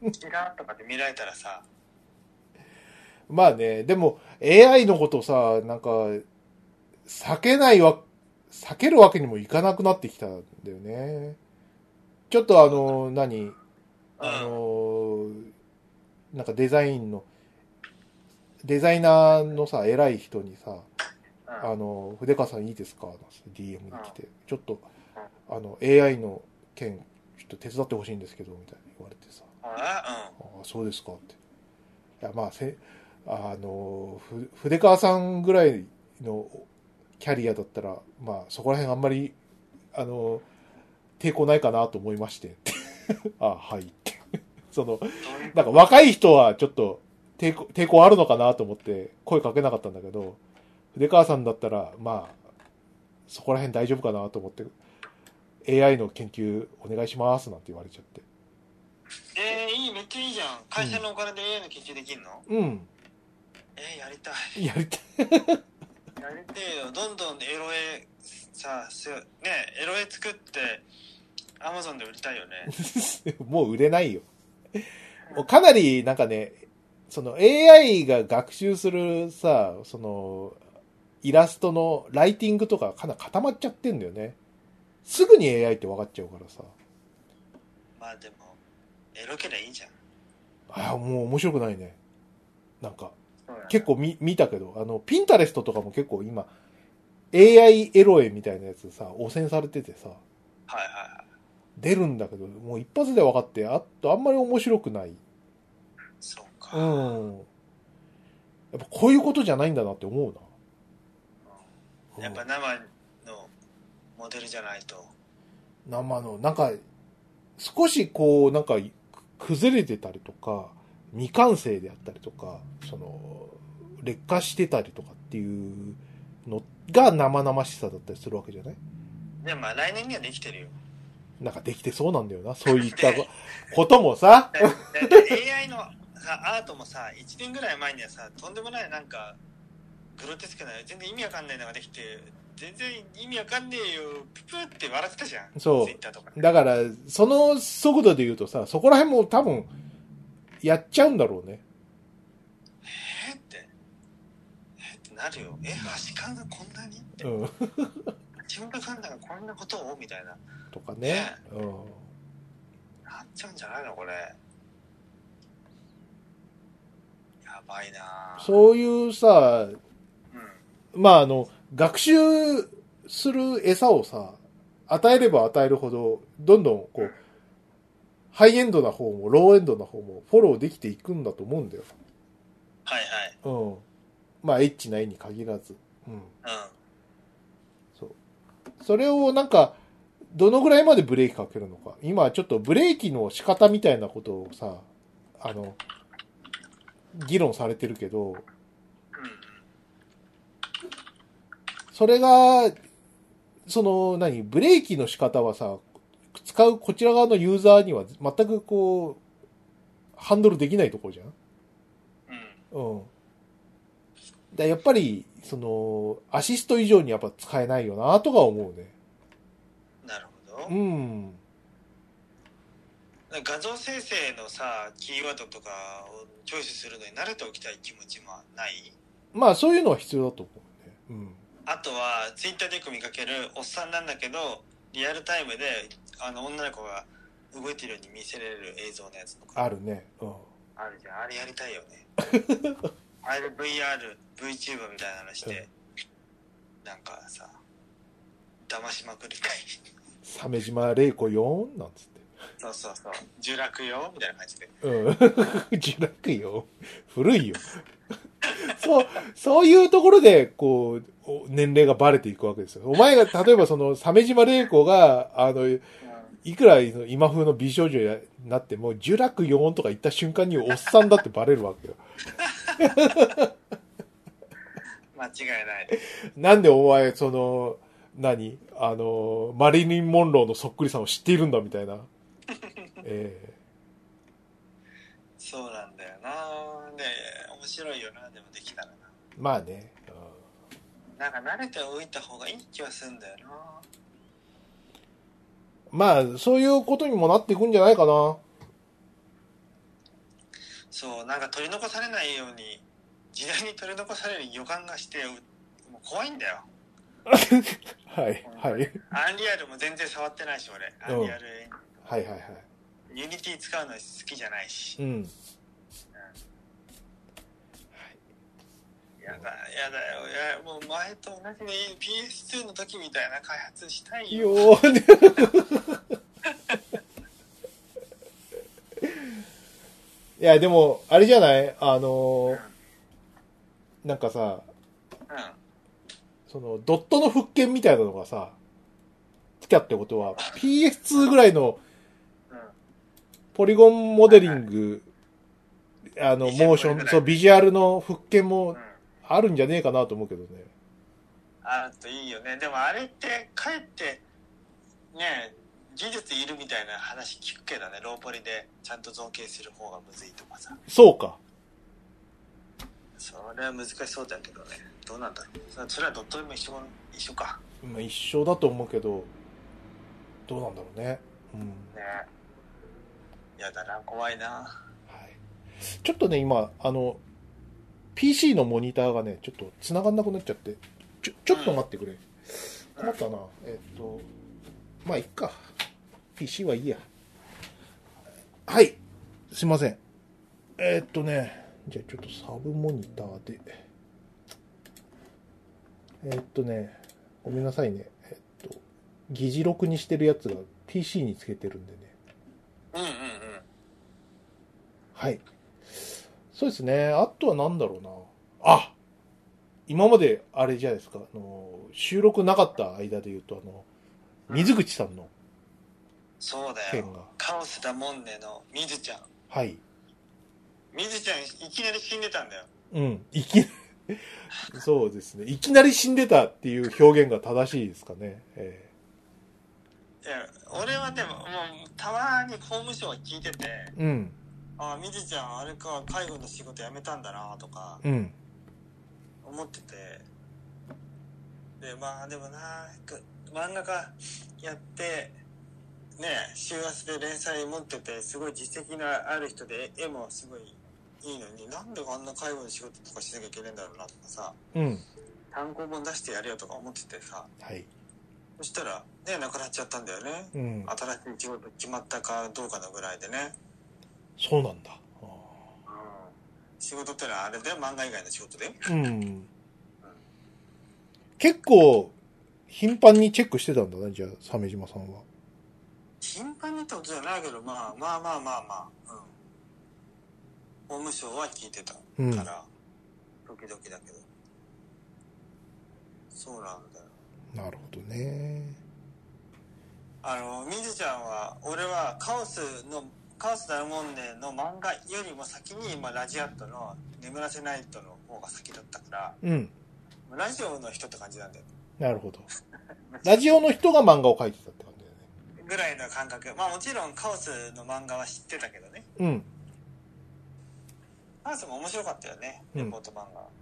ちらとかで見られたらさ。 まあね、でも AI のことさ、なんか、避けるわけにもいかなくなってきたんだよね。ちょっとなんかデザイナーのさ、偉い人にさ、筆川さんいいですか？ DM に来て、ちょっと、AI の件、ちょっと手伝ってほしいんですけど、みたいに言われてさ。ああ、そうですかって。いや、まあ、筆川さんぐらいのキャリアだったら、まあ、そこら辺あんまり、抵抗ないかなと思いまして。あ、はい。なんか若い人はちょっと抵抗あるのかなと思って声かけなかったんだけど、筆川さんだったら、まあ、そこら辺大丈夫かなと思って、AI の研究お願いしますなんて言われちゃって。 いい、めっちゃいいじゃん。会社のお金で AI の研究できるの？ うん。 やりたい。 やりたい。 やりてえよ。どんどんエロ絵、さ、ね、エロ絵作って、Amazon で売りたいよね。 もう売れないよ。かなり、なんかね、その AI が学習するさ、その、イラストのライティングとかかなり固まっちゃってんだよね。すぐに AI って分かっちゃうからさ。 まあでも、エロけりゃいいじゃん。 ああ、もう面白くないね。なんか、結構見たけど、ピンタレストとかも結構今、AI エロ絵みたいなやつさ、汚染されててさ。 はいはいはい。 出るんだけど、もう一発で分かって、あんまり面白くない。 そうか。 やっぱこういうことじゃないんだなって思うな。やっぱ生のモデルじゃないと。 生の、なんか、少しこう、なんか、崩れてたりとか、未完成であったりとか、劣化してたりとかっていうのが生々しさだったりするわけじゃない？ でもまあ来年にはできてるよ。 なんかできてそうなんだよな、そういったこともさ。 AI のさ、アートもさ、1年ぐらい前にはさ、とんでもないなんか、グロテスクな、全然意味わかんないのができて、全然意味わかんねえよ、ププって笑ってたじゃん。 そう。 ツイッターとか。 だから、その速度で言うとさ、そこら辺も多分、やっちゃうんだろうね。 ってなるよ。橋勘がこんなにって。自分が勘だがこんなことをみたいな。 とかね。 なっちゃうんじゃないのこれ。やばいな。 そういうさ、まあ学習する餌をさ、与えれば与えるほど、どんどんこう、ハイエンドな方もローエンドな方もフォローできていくんだと思うんだよ。 はいはい。 まあエッチな絵に限らず。そう。それをなんか、どのぐらいまでブレーキかけるのか。今ちょっとブレーキの仕方みたいなことをさ、議論されてるけど、それが、ブレーキの仕方はさ、使うこちら側のユーザーには全くこう、ハンドルできないところじゃん。やっぱり、アシスト以上にやっぱ使えないよなとか思うね。 なるほど。画像生成のさ、キーワードとかをチョイスするのに慣れておきたい気持ちもない？ まあそういうのは必要だと思うね。 あとは、ツイッターでよく見かけるおっさんなんだけど、リアルタイムで、女の子が動いてるように見せれる映像のやつとか。 あるね。 あるじゃん。あれやりたいよね。あれ VR、VTuber みたいなのして、なんかさ、騙しまくりたい。 鮫島玲子よなんつって。 そうそうそう。呪落よみたいな感じで。 呪落よ。古いよ。そういうところで、こう、年齢がバレていくわけですよ。お前が、例えば鮫島玲子が、いくら今風の美少女になっても、呪落4とか言った瞬間におっさんだってバレるわけよ。 間違いない。 なんでお前、マリリン・モンローのそっくりさんを知っているんだみたいな。 そうなんだよな。ね、面白いよな、でもできたらな。 まあね。 なんか慣れておいた方がいい気はするんだよな。 まあ、そういうことにもなっていくんじゃないかな。 そう、なんか取り残されないように、時代に取り残される予感がして、もう怖いんだよ。 はい、はい。 アンリアルも全然触ってないし、俺。アンリアルエンジン。 はいはいはい。 ユニティ使うの好きじゃないし。 うん。 やだよ。いや、もう前と同じで PS2 の時みたいな開発したいよ。 いや、でも、あれじゃないなんかさ、その、ドットの復権みたいなのがさ、来たってことは、PS2 ぐらいの、ポリゴンモデリング、モーション、そう、ビジュアルの復権もあるんじゃねえかなと思うけどね。 あるといいよね。でもあれって、かえって、ね、技術いるみたいな話聞くけどね、ローポリでちゃんと造形する方がむずいとかさ。 そうか。 それは難しそうだけどね。どうなんだろう。それはドットでも一緒か。 まあ一緒だと思うけど、どうなんだろうね。うん。ね。 やだな、怖いな。はい。 ちょっとね、今、PC のモニターがね、ちょっと繋がんなくなっちゃって、ちょっと待ってくれ。困ったな。まあ、いっか。PC はいいや。はい。すいません。じゃあちょっとサブモニターで。ごめんなさいね。議事録にしてるやつが PC につけてるんでね。はい。そうですね。あとはなんだろうな。あ、今まであれじゃないですか。収録なかった間で言うと、水口さんの。 そうだよ。カオスだもんねの水ちゃん。 はい。 水ちゃんいきなり死んでたんだよ。 うん。そうですね。いきなり死んでたっていう表現が正しいですかね。 いや、俺はでも、もう、たまに法務省は聞いてて、 うん。 あ、水ちゃんあれか、介護の仕事辞めたんだなとか、 うん。 思ってて、で、まあでもな、漫画家やって、ね、週末で連載持ってて、すごい実績のある人で、絵もすごいいいのに、なんであんな介護の仕事とかしなきゃいけないんだろうなとかさ、 うん。 単行本出してやれよとか思っててさ、 はい。 そしたら、ね、亡くなっちゃったんだよね。うん。新しい仕事決まったかどうかのぐらいでね。 そうなんだ。 仕事ってのはあれで漫画以外の仕事で。 うん。結構、頻繁にチェックしてたんだね、じゃあ、鮫島さんは。 頻繁にってことじゃないけど、まあ。うん。法務省は聞いてたから、時々だけど。そうなんだよ。 なるほどね。 みずちゃんは、俺はカオスだもんねの漫画よりも先に、ラジアットの眠らせナイトの方が先だったから、うん。ラジオの人って感じなんだよ。 なるほど。ラジオの人が漫画を描いてたって感じだよね。 ぐらいの感覚。まあもちろんカオスの漫画は知ってたけどね。 うん。 カオスも面白かったよね、レポート漫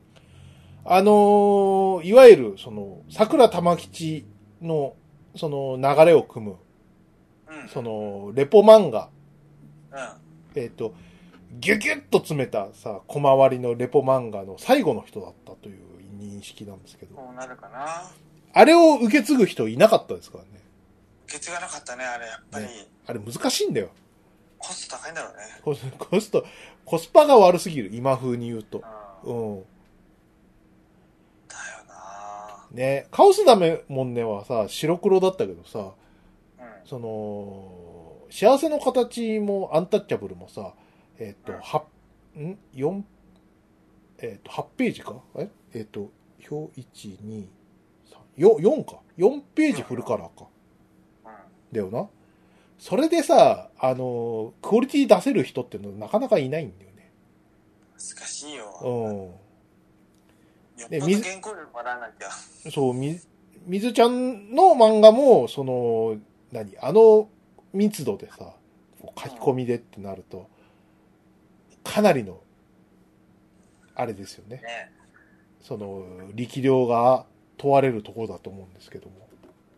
画。いわゆる、桜玉吉の、流れを組む、レポ漫画。ギュギュッと詰めたさ、小回りのレポ漫画の最後の人だったという認識なんですけど。 そうなるかな。 あれを受け継ぐ人いなかったですからね。 受け継がなかったね、あれ、やっぱり。ね、 あれ難しいんだよ。 コスト高いんだろうね。 コスパが悪すぎる、今風に言うと。うん。 だよなね、カオスダメもんねはさ、白黒だったけどさ、幸せの形もアンタッチャブルもさ、8ページか表1、2、3、4か。4ページフルカラーか。だよな。それでさ、クオリティ出せる人ってのなかなかいないんだよね。 難しいよ。よっぽど原稿料払わなきゃ。 そう、水ちゃんの漫画も、密度でさ、 書き込みでってなると、かなりの、あれですよね。その、力量が問われるところだと思うんですけども。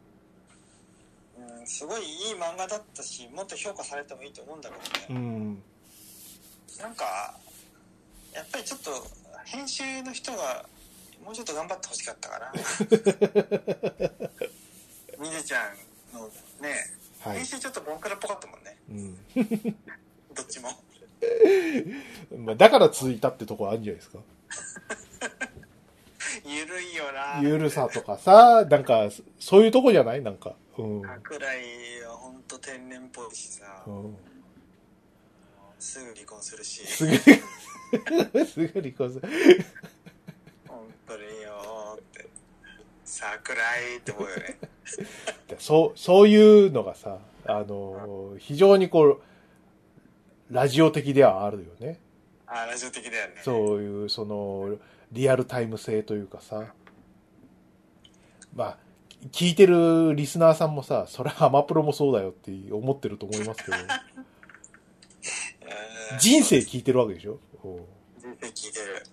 すごいいい漫画だったし、もっと評価されてもいいと思うんだけどね。なんか、やっぱりちょっと、編集の人が、もうちょっと頑張ってほしかったかな。みずちゃんのね、編集ちょっとボンクラっぽかったもんね。どっちも。 まあだから続いたってところあるんじゃないですか。 ゆるいよな。 ゆるさとかさ、なんか、そういうとこじゃないなんか。 桜井はほんと天然っぽいしさ。すぐ離婚するし。すぐ離婚する。 本当によーって。桜井って思うよね。 そういうのがさ、非常にこう、ラジオ的ではあるよね。 ラジオ的だよね。 そういう、その、リアルタイム性というかさ。まあ、聞いてるリスナーさんもさ、それはアマプロもそうだよって思ってると思いますけど。人生聞いてるわけでしょ。 人生聞いてる。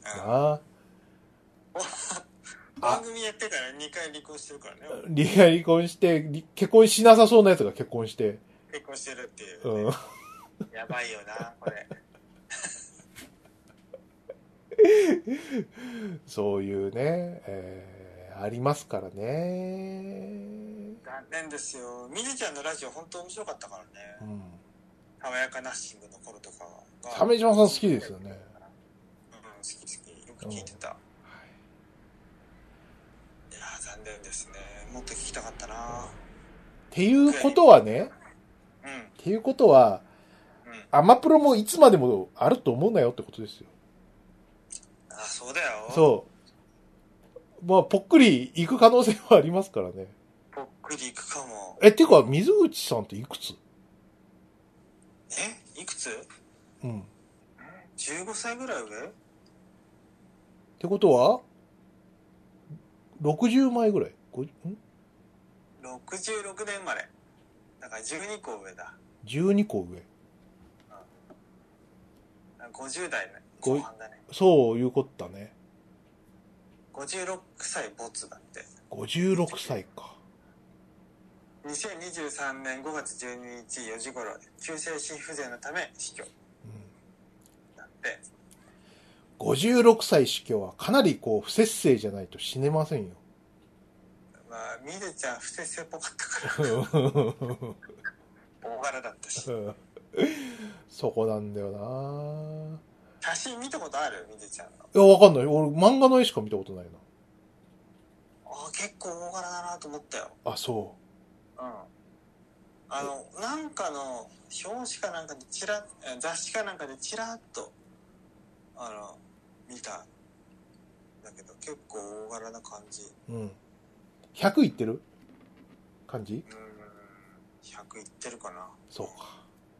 番組やってから2回離婚してるからね。 離婚して、結婚しなさそうなやつが結婚して。 結婚してるっていう、ね。やばいよな、これ。 そういうね、ありますからね。 残念ですよ。みずちゃんのラジオ本当面白かったからね。爽やかナッシングの頃とかは。鮫島さん好きですよね。 好き。よく聞いてた。いや残念ですね。もっと聞きたかったな。 っていうことはね、っていうことは、アマプロもいつまでもあると思うなよってことですよ。 そうだよ。 そう。まあ、ぽっくり行く可能性はありますからね。 ぽっくり行くかも。 てか、水口さんっていくつ？ いくつ？15歳ぐらい上？ ってことは、60枚ぐらい ？66年生まれ。だから12個上だ。 12個上。 50代後半だね。 そういうことだね。 56歳没だって。 56歳か。 2023年5月12日4時頃、急性心不全のため死去。だって。 56歳死去はかなりこう不節制じゃないと死ねませんよ。 まあ、みずちゃん不節制っぽかったから。大柄だったし。 そこなんだよな。 写真見たことある？みずちゃんの。 いや、わかんない。俺、漫画の絵しか見たことないな。 結構大柄だなと思ったよ。 そう。 なんかの、表紙かなんかで雑誌かなんかでチラッと、見た。だけど、結構大柄な感じ。 100いってる感じ ？100いってるかな。 そうか。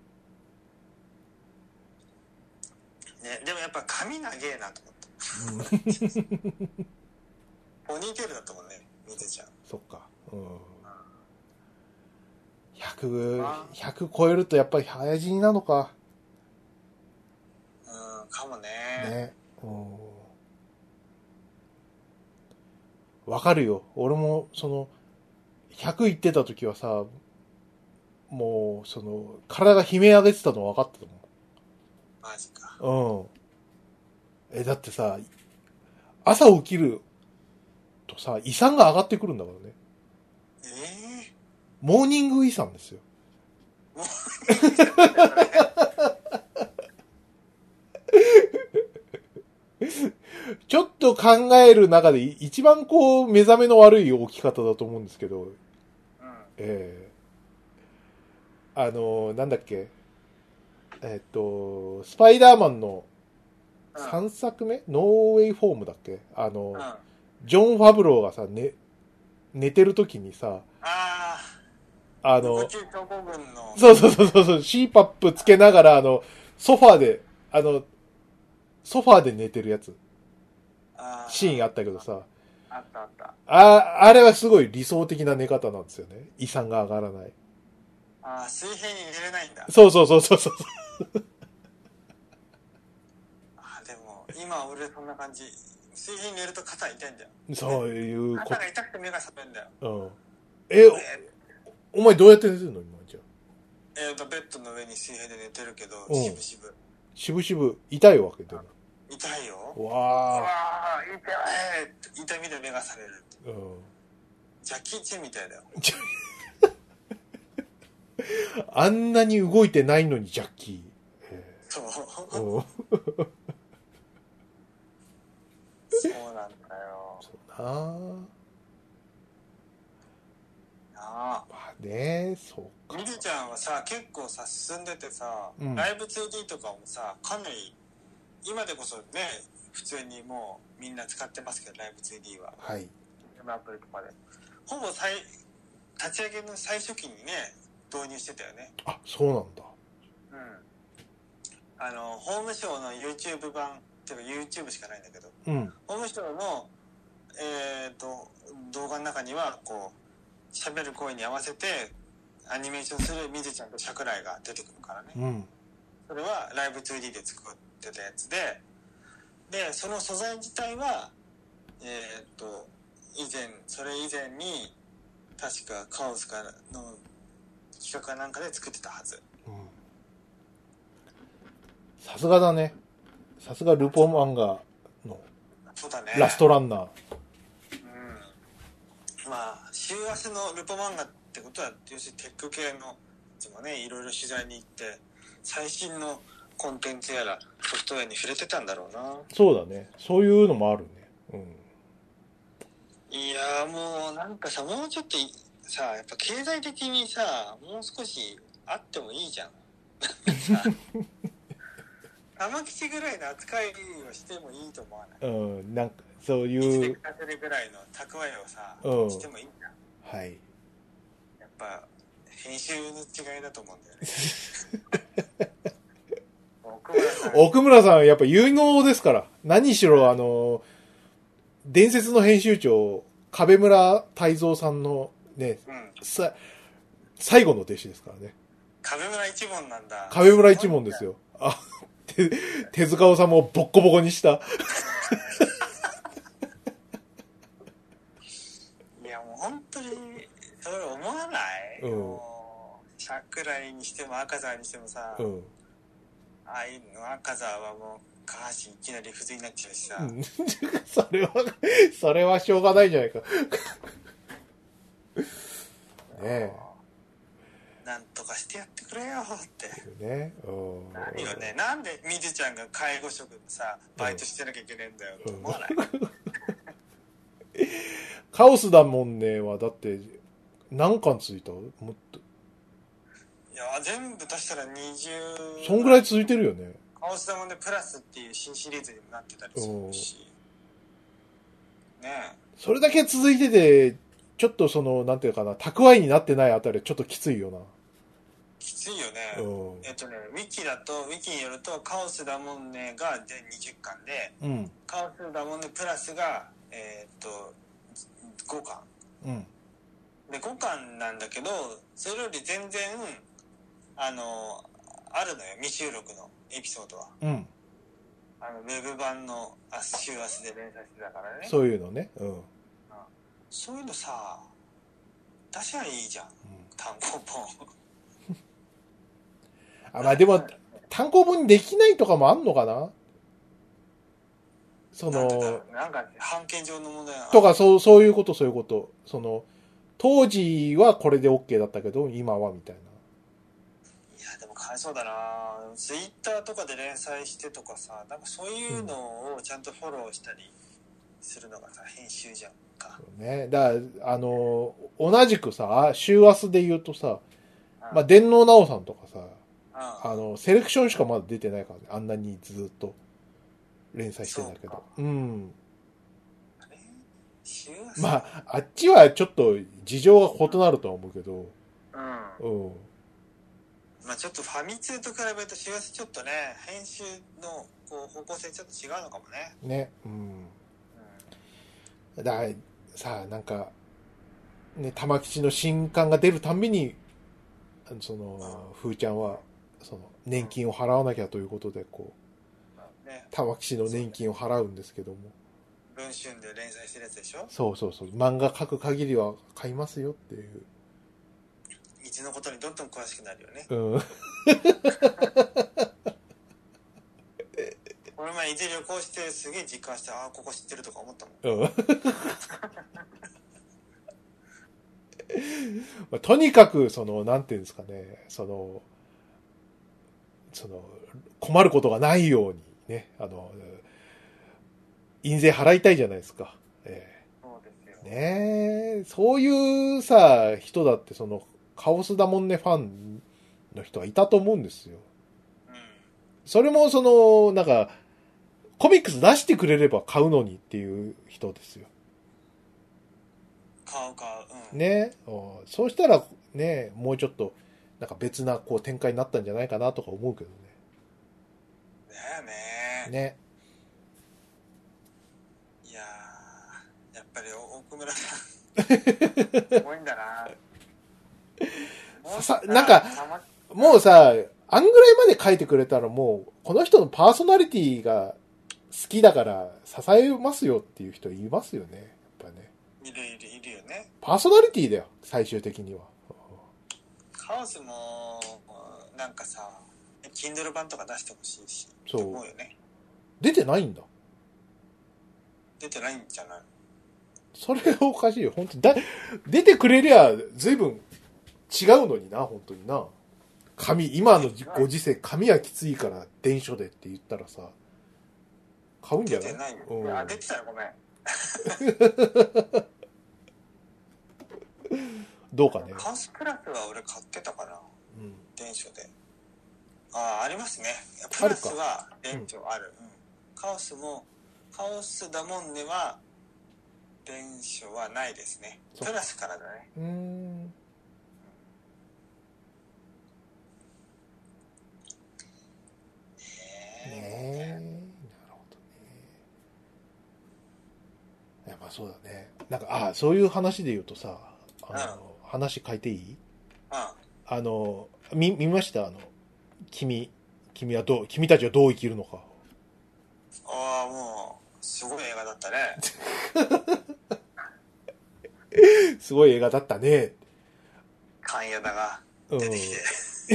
ね、でもやっぱ髪長えなと思った。ポニーテールだったもんね、見てちゃう。 そっか。100超えるとやっぱり早死になのか。 かもね。 わかるよ。俺も、100いってた時はさ、もう、体が悲鳴上げてたの分かってたもん。 マジか。 だってさ、朝起きるとさ、胃酸が上がってくるんだからね。モーニング胃酸ですよ。ちょっと考える中で一番こう目覚めの悪い起き方だと思うんですけど、なんだっけ、スパイダーマンの3作目、ノーウェイフォームだっけ、ジョン・ファブローがさ、寝てる時にさ、そう、CPAP つけながら、ソファーで寝てるやつ。シーンあったけどさ。 あった。 あれはすごい理想的な寝方なんですよね。胃酸が上がらない。 ああ、水平に寝れないんだ。 そうそうそうそうそう。 ああ、でも、今俺そんな感じ。水平に寝ると肩痛いんだよ。 そういう肩が痛くて目が覚めるんだよ。 うん。お前どうやって寝てるの今じゃあ。ベッドの上に水平で寝てるけど、 うんしぶしぶ。 しぶしぶ痛いわけでも。 痛いよ。 わあ。 痛みで目が覚める。 うん。 ジャッキー・チェンみたいだよ。 あんなに動いてないのにジャッキー。 そう。そうなんだよ。 そうなあ。 まあね、そうか。 みりちゃんはさ、結構さ、進んでてさ、ライブ 2D とかもさ、かなり、今でこそね、普通にもうみんな使ってますけど、ライブ 2D は。 はい。 アプリとかで。ほぼ立ち上げの最初期にね、導入してたよね。 あ、そうなんだ。 法務省の YouTube 版っていうか YouTube しかないんだけど、法務省の動画の中にはこう喋る声に合わせてアニメーションするみずちゃんと桜井が出てくるからね、それはライブ 2D で作ってたやつでその素材自体はそれ以前に確かカオスからの企画かなんかで作ってたはず。 さすがだね。さすがルポ漫画のラストランナー。 まあ週明日のルポ漫画ってことは要するにテック系のいつもねいろいろ取材に行って最新のコンテンツやらソフトウェアに触れてたんだろうな。 そうだね。そういうのもあるね。 いやもうなんかさもうちょっとさやっぱ経済的にさもう少しあってもいいじゃん。玉吉ぐらいの扱いをしてもいいと思わない？ なんかそういう。 1で稼ぐぐらいの蓄えをさ、してもいいじゃん。はい。やっぱ編集の違いだと思うんだよね。 奥村さんやっぱ有能ですから。何しろ伝説の編集長壁村泰造さんのね、最後の弟子ですからね。 壁村一門なんだ。 壁村一門ですよ。手塚治虫をボッコボコにした。いやもう本当にそれ思わない？桜井にしても赤澤にしてもさ、ああいうの赤澤はもう下半身いきなり不随になっちゃうしさ。 それはしょうがないじゃないか。ねえ。 なんとかしてやってくれよってね。 何よね。なんでみずちゃんが介護職でさバイトしてなきゃいけねえんだよと思わない？ カオスだもんねはだって何巻ついた？もっといや全部足したら20。 そんぐらい続いてるよね。 カオスだもんでプラスっていう新シリーズにもなってたりするしねえ。 それだけ続いててちょっとなんていうかな蓄えになってないあたりちょっときついよな。 きついよね。ウィキによるとカオスだもんねが全20巻で、カオスだもんねプラスが5巻、で5巻なんだけどそれより全然あるのよ未収録のエピソードは、ウェブ版の週明日で連載してたからね。 そういうのね。 そういうのさ出しゃいいじゃん、単行本。 まあでも単行本にできないとかもあんのかな。 なんか版権上の問題とかそういうこと当時はこれで OK だったけど今はみたいな。 いやでもかわいそうだな。ツイッターとかで連載してとかさなんかそういうのをちゃんとフォローしたりするのがさ編集じゃんか。 ね、だから同じくさ週明日で言うとさ、まあ電脳直さんとかさ、セレクションしかまだ出てないからね。あんなにずっと連載してんだけど。まああっちはちょっと事情が異なるとは思うけど。 まあちょっとファミ通と比べると週明日ちょっとね編集のこう方向性ちょっと違うのかもね。 ね。だからさなんかね玉吉の新刊が出るたんびにその、ふーちゃんは、その、年金を払わなきゃということで、こう、玉木氏の年金を払うんですけども。 文春で連載してるやつでしょ。 そうそうそう。漫画描く限りは買いますよっていう。 いつのことにどんどん詳しくなるよね。 うん。 俺前伊豆旅行してすげえ実感して、ああここ知ってるとか思ったもん。 うんまあ、とにかくそのなんていうんですかね、その困ることがないようにね、印税払いたいじゃないですか。 そうですよね、そういうさ人だってそのカオスだもんねファンの人はいたと思うんですよ。 うん、 それもそのなんかコミックス出してくれれば買うのにっていう人ですよ。 買う、うん、 ね、そうしたらね、もうちょっとなんか別なこう展開になったんじゃないかなとか思うけどね。 ねえね。 いやー、やっぱり奥村さんすごいんだな。 なんかもうさ、あんぐらいまで書いてくれたらもうこの人のパーソナリティが好きだから支えますよっていう人いますよね。やっぱね。 いるよね。 パーソナリティだよ最終的には。 カオスもなんかさ、Kindle 版とか出してほしいしそうと思うよね。 出てないんだ。 出てないんじゃない。 それがおかしいよ本当に。出てくれりゃ随分違うのにな本当にな。今のご時世紙はきついから電書でって言ったらさ買うんじゃない？ 出てないよ、うん、あ出てたらごめんどうかね。 カオスプラスは俺買ってたかな、 うん、 電書で。ありますね。プラスは電書ある、うん、カオスだもんねは電書はないですね。プラスからだね。ねえ、なるほどね。やっぱそうだね。なんかそういう話で言うとさ、話変えていい？見ました？君たちはどう生きるのか。 もうすごい映画だったねすごい映画だったね。 勘屋だが出てきて、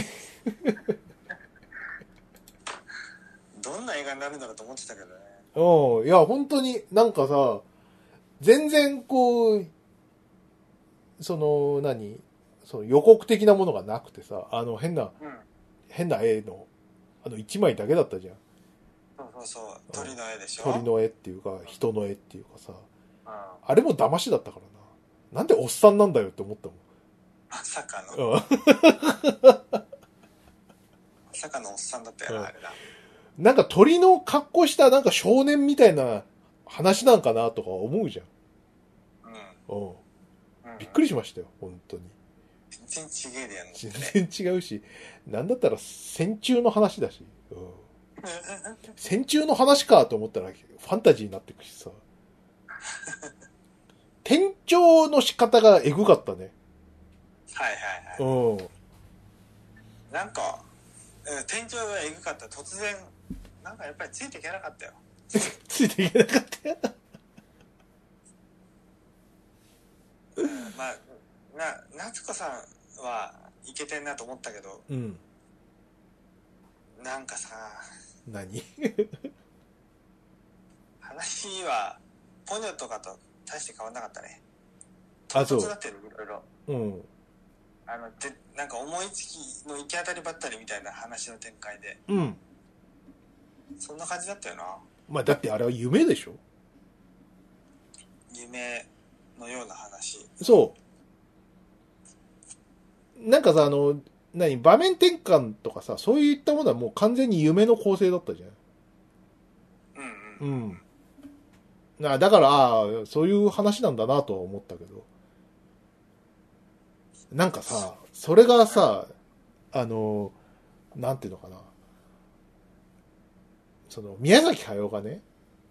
どんな映画になるんだろうと思ってたけどね。 いや本当になんかさ、全然こうその予告的なものがなくてさ、変な絵の一枚だけだったじゃん。 そう鳥の絵でしょ。 鳥の絵っていうか人の絵っていうかさ、あれも騙しだったからな。なんでおっさんなんだよって思ったもん。 まさかのまさかのおっさんだったよな、あれだ。 なんか鳥の格好したなんか少年みたいな話なんかなとか思うじゃん。びっくりしましたよ本当に。 全然違えでやんの、ね、 全然違うし、なんだったら戦中の話だし、戦中の話かと思ったらファンタジーになってくしさ転調の仕方がエグかったね。 なんか転調がエグかった。突然なんかやっぱりついていけなかったよついていけなかったよまあ夏子さんはいけてんなと思ったけど、なんかさ、 何話はポニョとかと大して変わんなかったね。 そうだっていろいろ。なんか思いつきの行き当たりばったりみたいな話の展開で。そんな感じだったよな。 まあだってあれは夢でしょ。 夢のような話。 そう。なんかさ場面転換とかさ、そういったものはもう完全に夢の構成だったじゃん。だからそういう話なんだなとは思ったけど、なんかさ、それがさ、なんていうのかな、宮崎駿がね、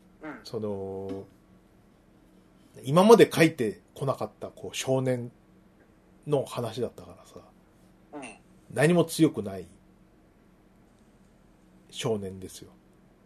今まで書いてこなかったこう少年の話だったからさ、 何も強くない少年ですよ。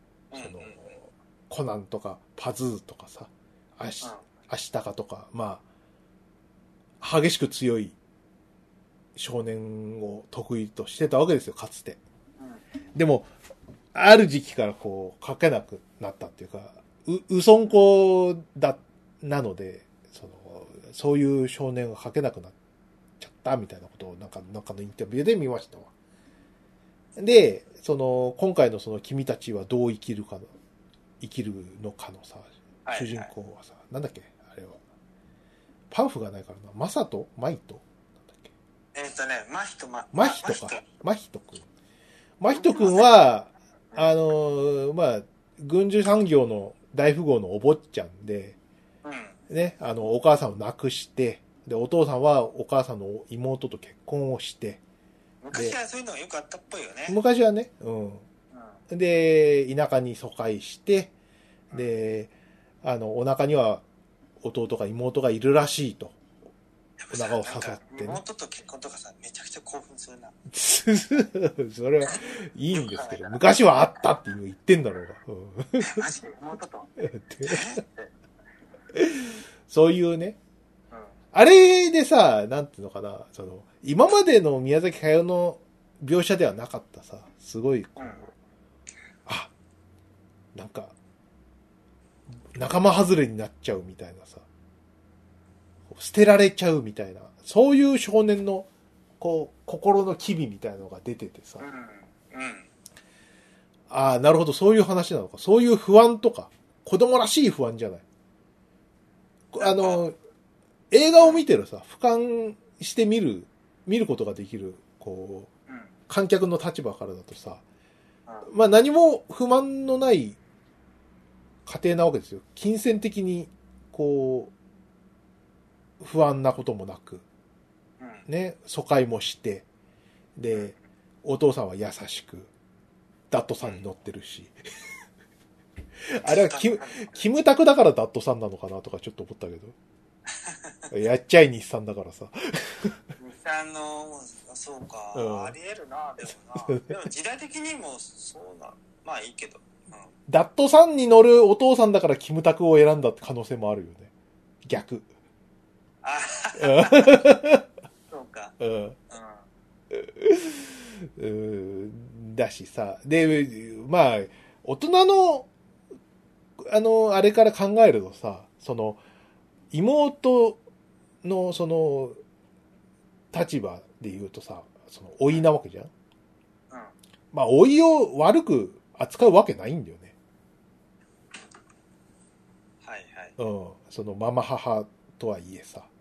コナンとかパズーとかさ、アシタカとか、まあ、激しく強い少年を得意としてたわけですよ、かつて。でも、ある時期からこう、書けなくなったっていうか、うそんこなので、そういう少年が書けなくなっちゃったみたいなことをなんかのインタビューで見ましたわ。で、今回の君たちはどう生きるのかのさ、主人公はさ、なんだっけあれは。パンフがないからな。マイトなんだっけマヒトか。 マヒトくん。マヒトくんは、まあ、軍需産業の大富豪のお坊ちゃんで、ね、お母さんを亡くして、で、お父さんはお母さんの妹と結婚をして、 昔はそういうのがよくあったっぽいよね。 昔はね、で、田舎に疎開して、で、お腹には弟か妹がいるらしいと。お腹を刺さって、 ね。妹と結婚とかさ、めちゃくちゃ興奮するな。 それはいいんですけど、昔はあったって言ってんだろうが。 マジで妹とそういうね、あれでさ、なんていうのかな、今までの宮崎駿の描写ではなかったさ、すごいなんか、仲間外れになっちゃうみたいなさ、捨てられちゃうみたいな、そういう少年の、心の機微みたいなのが出ててさ、なるほど、そういう話なのか。そういう不安とか、子供らしい不安じゃない。映画を見てるさ、俯瞰して見ることができる、観客の立場からだとさ、まあ何も不満のない家庭なわけですよ。金銭的に、不安なこともなく、ね、疎開もして、で、お父さんは優しく、ダットさんに乗ってるし。あれはキムタクだからダットさんなのかなとかちょっと思ったけど。やっちゃい日産だからさ。 日産の、そうか、あり得るな、でもな。でも時代的にもそうな、まあいいけど。 ダットさんに乗るお父さんだからキムタクを選んだって可能性もあるよね。逆。 そうか。 だしさ。で、まあ、大人の、あれから考えるとさ、妹の、立場で言うとさ、老いなわけじゃん。まあ、老いを悪く扱うわけないんだよね。 はいはい。 ママ母とはいえさ。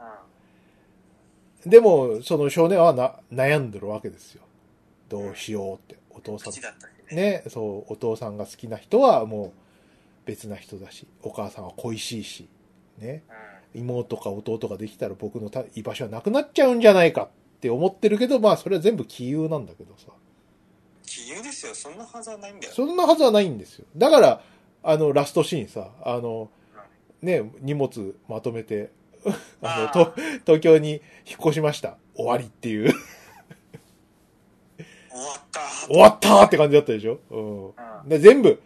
でも、少年は悩んでるわけですよ。どうしようって。お父さん。ね、そう、お父さんが好きな人はもう別な人だし、お母さんは恋しいし、ね。妹か弟ができたら僕の居場所はなくなっちゃうんじゃないかって思ってるけど、まあそれは全部杞憂なんだけどさ。 杞憂ですよ。そんなはずはないんだよ。 そんなはずはないんですよ。だから、ラストシーンさ、ね、荷物まとめて、東京に引っ越しました。終わりっていう。終わったって感じだったでしょ。で全部、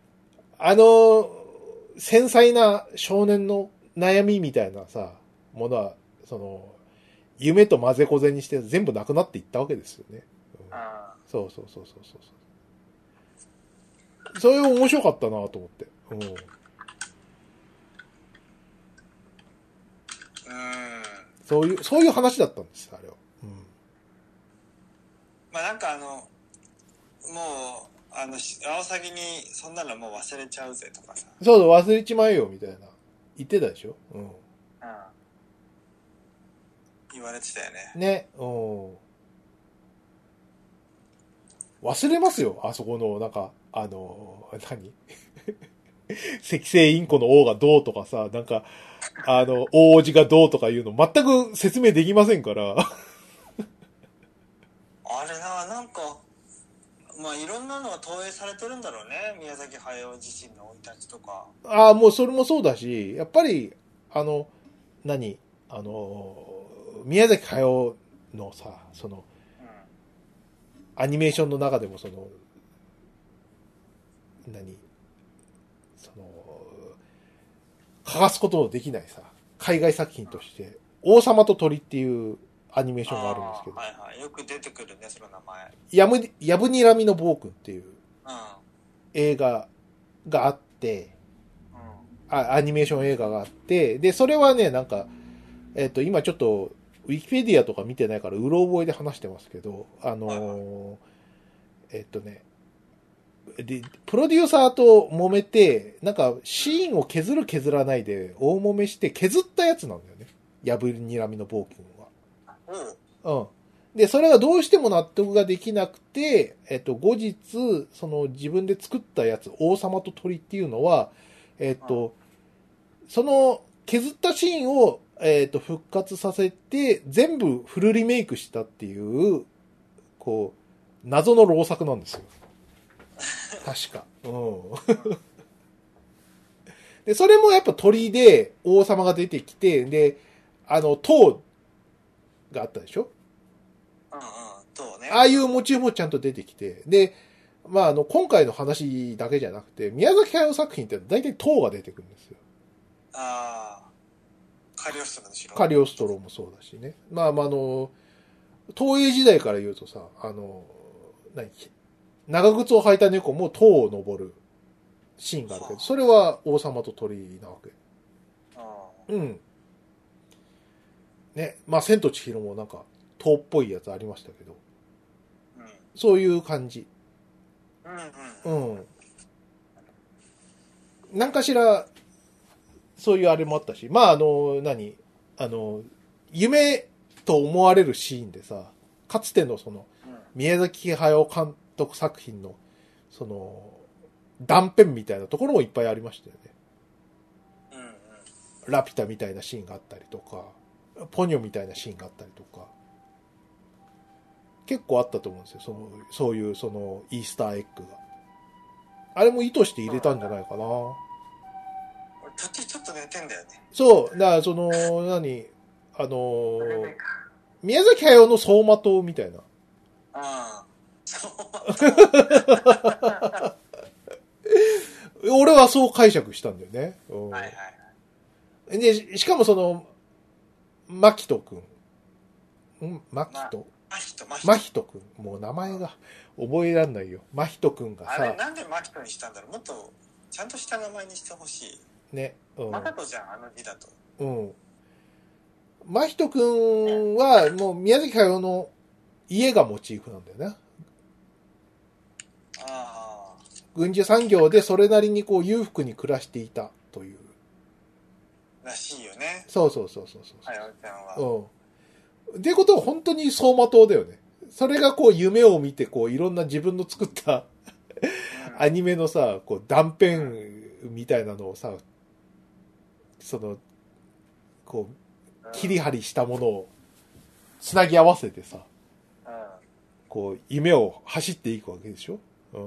繊細な少年の悩みみたいなさ、ものは、夢と混ぜこぜにして全部なくなっていったわけですよね。そう。それ面白かったなと思って。そういう話だったんです、あれは。 まあなんかもう、アオサギにそんなのもう忘れちゃうぜとかさ。 そう、忘れちまえよ、みたいな。言ってたでしょ。 言われてたよね。 ね、忘れますよ、あそこの、なんか、何赤星インコの王がどうとかさ、なんか、大王子がどうとかいうの全く説明できませんから。 あれな、なんか、まあいろんなのが投影されてるんだろうね。宮崎駿自身の生い立ちとか。 もうそれもそうだし、やっぱり、宮崎駿のさ、 アニメーションの中でも欠かすことのできないさ、海外作品として、王様と鳥っていうアニメーションがあるんですけど。 はいはい。よく出てくるね、その名前。 やぶにらみの暴君っていううん。 映画があって、 うん。 アニメーション映画があって、で、それはね、なんか、今ちょっと、ウィキペディアとか見てないから、うろ覚えで話してますけど、で、プロデューサーと揉めて、なんか、シーンを削らないで、大揉めして削ったやつなんだよね。やぶにらみの暴君は。うん。で、それがどうしても納得ができなくて、後日、その自分で作ったやつ、王様と鳥っていうのは、その削ったシーンを、復活させて、全部フルリメイクしたっていう、こう、謎の老作なんですよ。確か。うん。で、それもやっぱ鳥で王様が出てきて、で、塔があったでしょ？ うんうん、塔ね。 ああいうモチーフもちゃんと出てきて、で、まあ今回の話だけじゃなくて、宮崎駿作品って大体塔が出てくるんですよ。 ああ。カリオストロの城。 カリオストロもそうだしね。まあ東映時代から言うとさ、長靴を履いた猫も塔を登るシーンがあるけど、それは王様と鳥なわけ。うん。ね。まあ、千と千尋もなんか、塔っぽいやつありましたけど、 うん、 そういう感じ。 うんうん。 うん。なんかしら、そういうあれもあったし、まあ、夢と思われるシーンでさ、かつての宮崎駿監督作品の、断片みたいなところもいっぱいありましたよね。 うんうん。 ラピュタみたいなシーンがあったりとか、ポニョみたいなシーンがあったりとか、結構あったと思うんですよ。そういうイースターエッグが。あれも意図して入れたんじゃないかな。 俺途中ちょっと寝てんだよね。 そう、だから宮崎駿の走馬灯みたいな。 ああ。そう。 俺はそう解釈したんだよね。 はいはい。 で、しかもマキトくん。マキトマヒトくん。もう名前が覚えらんないよ。マヒトくんがさ。 あれなんでマキトにしたんだろう。もっとちゃんとした名前にしてほしい。 ね。 マカトじゃん、あの字だと。 うん。マヒトくんはもう宮崎駿の家がモチーフなんだよね。 ああ。 軍需産業でそれなりにこう裕福に暮らしていたという。 らしいよね。 そう。 はい、おちゃんは。 うん。っていうことは本当に走馬灯だよね。それがこう夢を見てこういろんな自分の作ったアニメのさ、こう断片みたいなのをさ、こう、切り張りしたものをつなぎ合わせてさ、こう夢を走っていくわけでしょ？うん。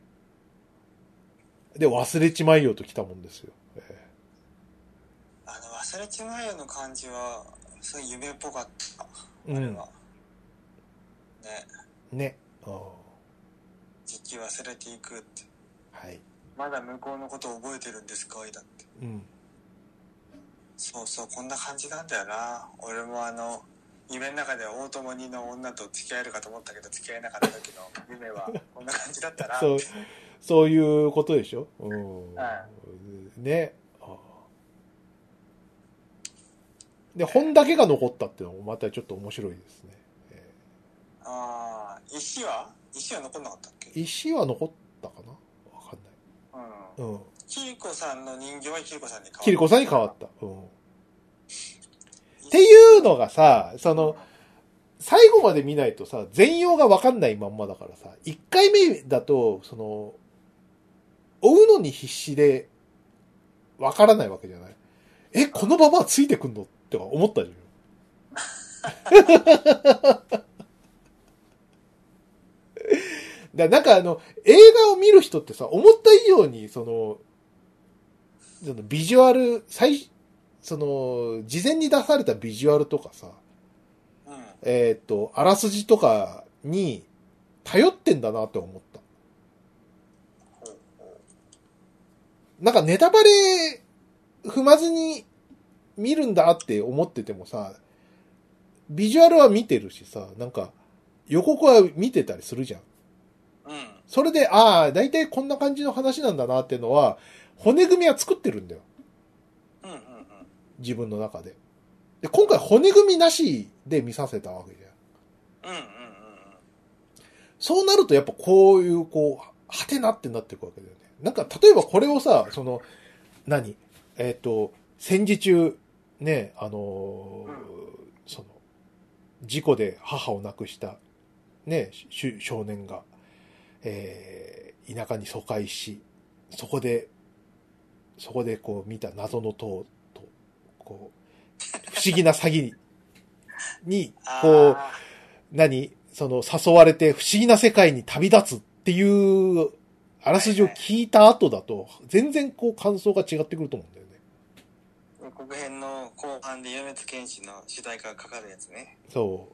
で、忘れちまいよと来たもんですよ。 忘れちまいよの感じは、すごい夢っぽかった。あれは。 ね。 時期忘れていくって。 はい。 まだ向こうのことを覚えてるんですかいだって。 うん。 そう、こんな感じなんだよな。俺も夢の中で大友にの女と付き合えるかと思ったけど、付き合えなかった時の夢はこんな感じだったな。 そういうことでしょ？うん。ね。で、本だけが残ったっていうのもまたちょっと面白いですね。 石は残んなかったっけ？ 石は残ったかな？わかんない。うん。 キリコさんの人形はキリコさんに変わった。 キリコさんに変わった。うん。っていうのがさ、最後まで見ないとさ、全容がわかんないまんまだからさ、1回目だと、追うのに必死で、わからないわけじゃない。このままついてくんのって思ったじゃん。なんか映画を見る人ってさ、思った以上に、ビジュアル、事前に出されたビジュアルとかさ、あらすじとかに頼ってんだなって思った。なんかネタバレ踏まずに見るんだって思っててもさ、ビジュアルは見てるしさ、なんか予告は見てたりするじゃん。 うん。 それで、ああ、だいたいこんな感じの話なんだなっていうのは、骨組みは作ってるんだよ。 うんうんうん。 自分の中で。で、今回骨組みなしで見させたわけじゃん。 うんうんうんうん。 そうなるとやっぱこういう、こう、はてなってなっていくわけだよね。なんか、例えばこれをさ、その、戦時中、ね、その、事故で母を亡くした、ね、少年が、田舎に疎開し、そこでこう見た謎の塔と、こう、不思議な詐欺に、こう、その誘われて不思議な世界に旅立つっていう、あらすじを聞いた後だと、全然こう感想が違ってくると思うんだよね。 予告編の後半で米津玄師の主題歌がかかるやつね。 そう。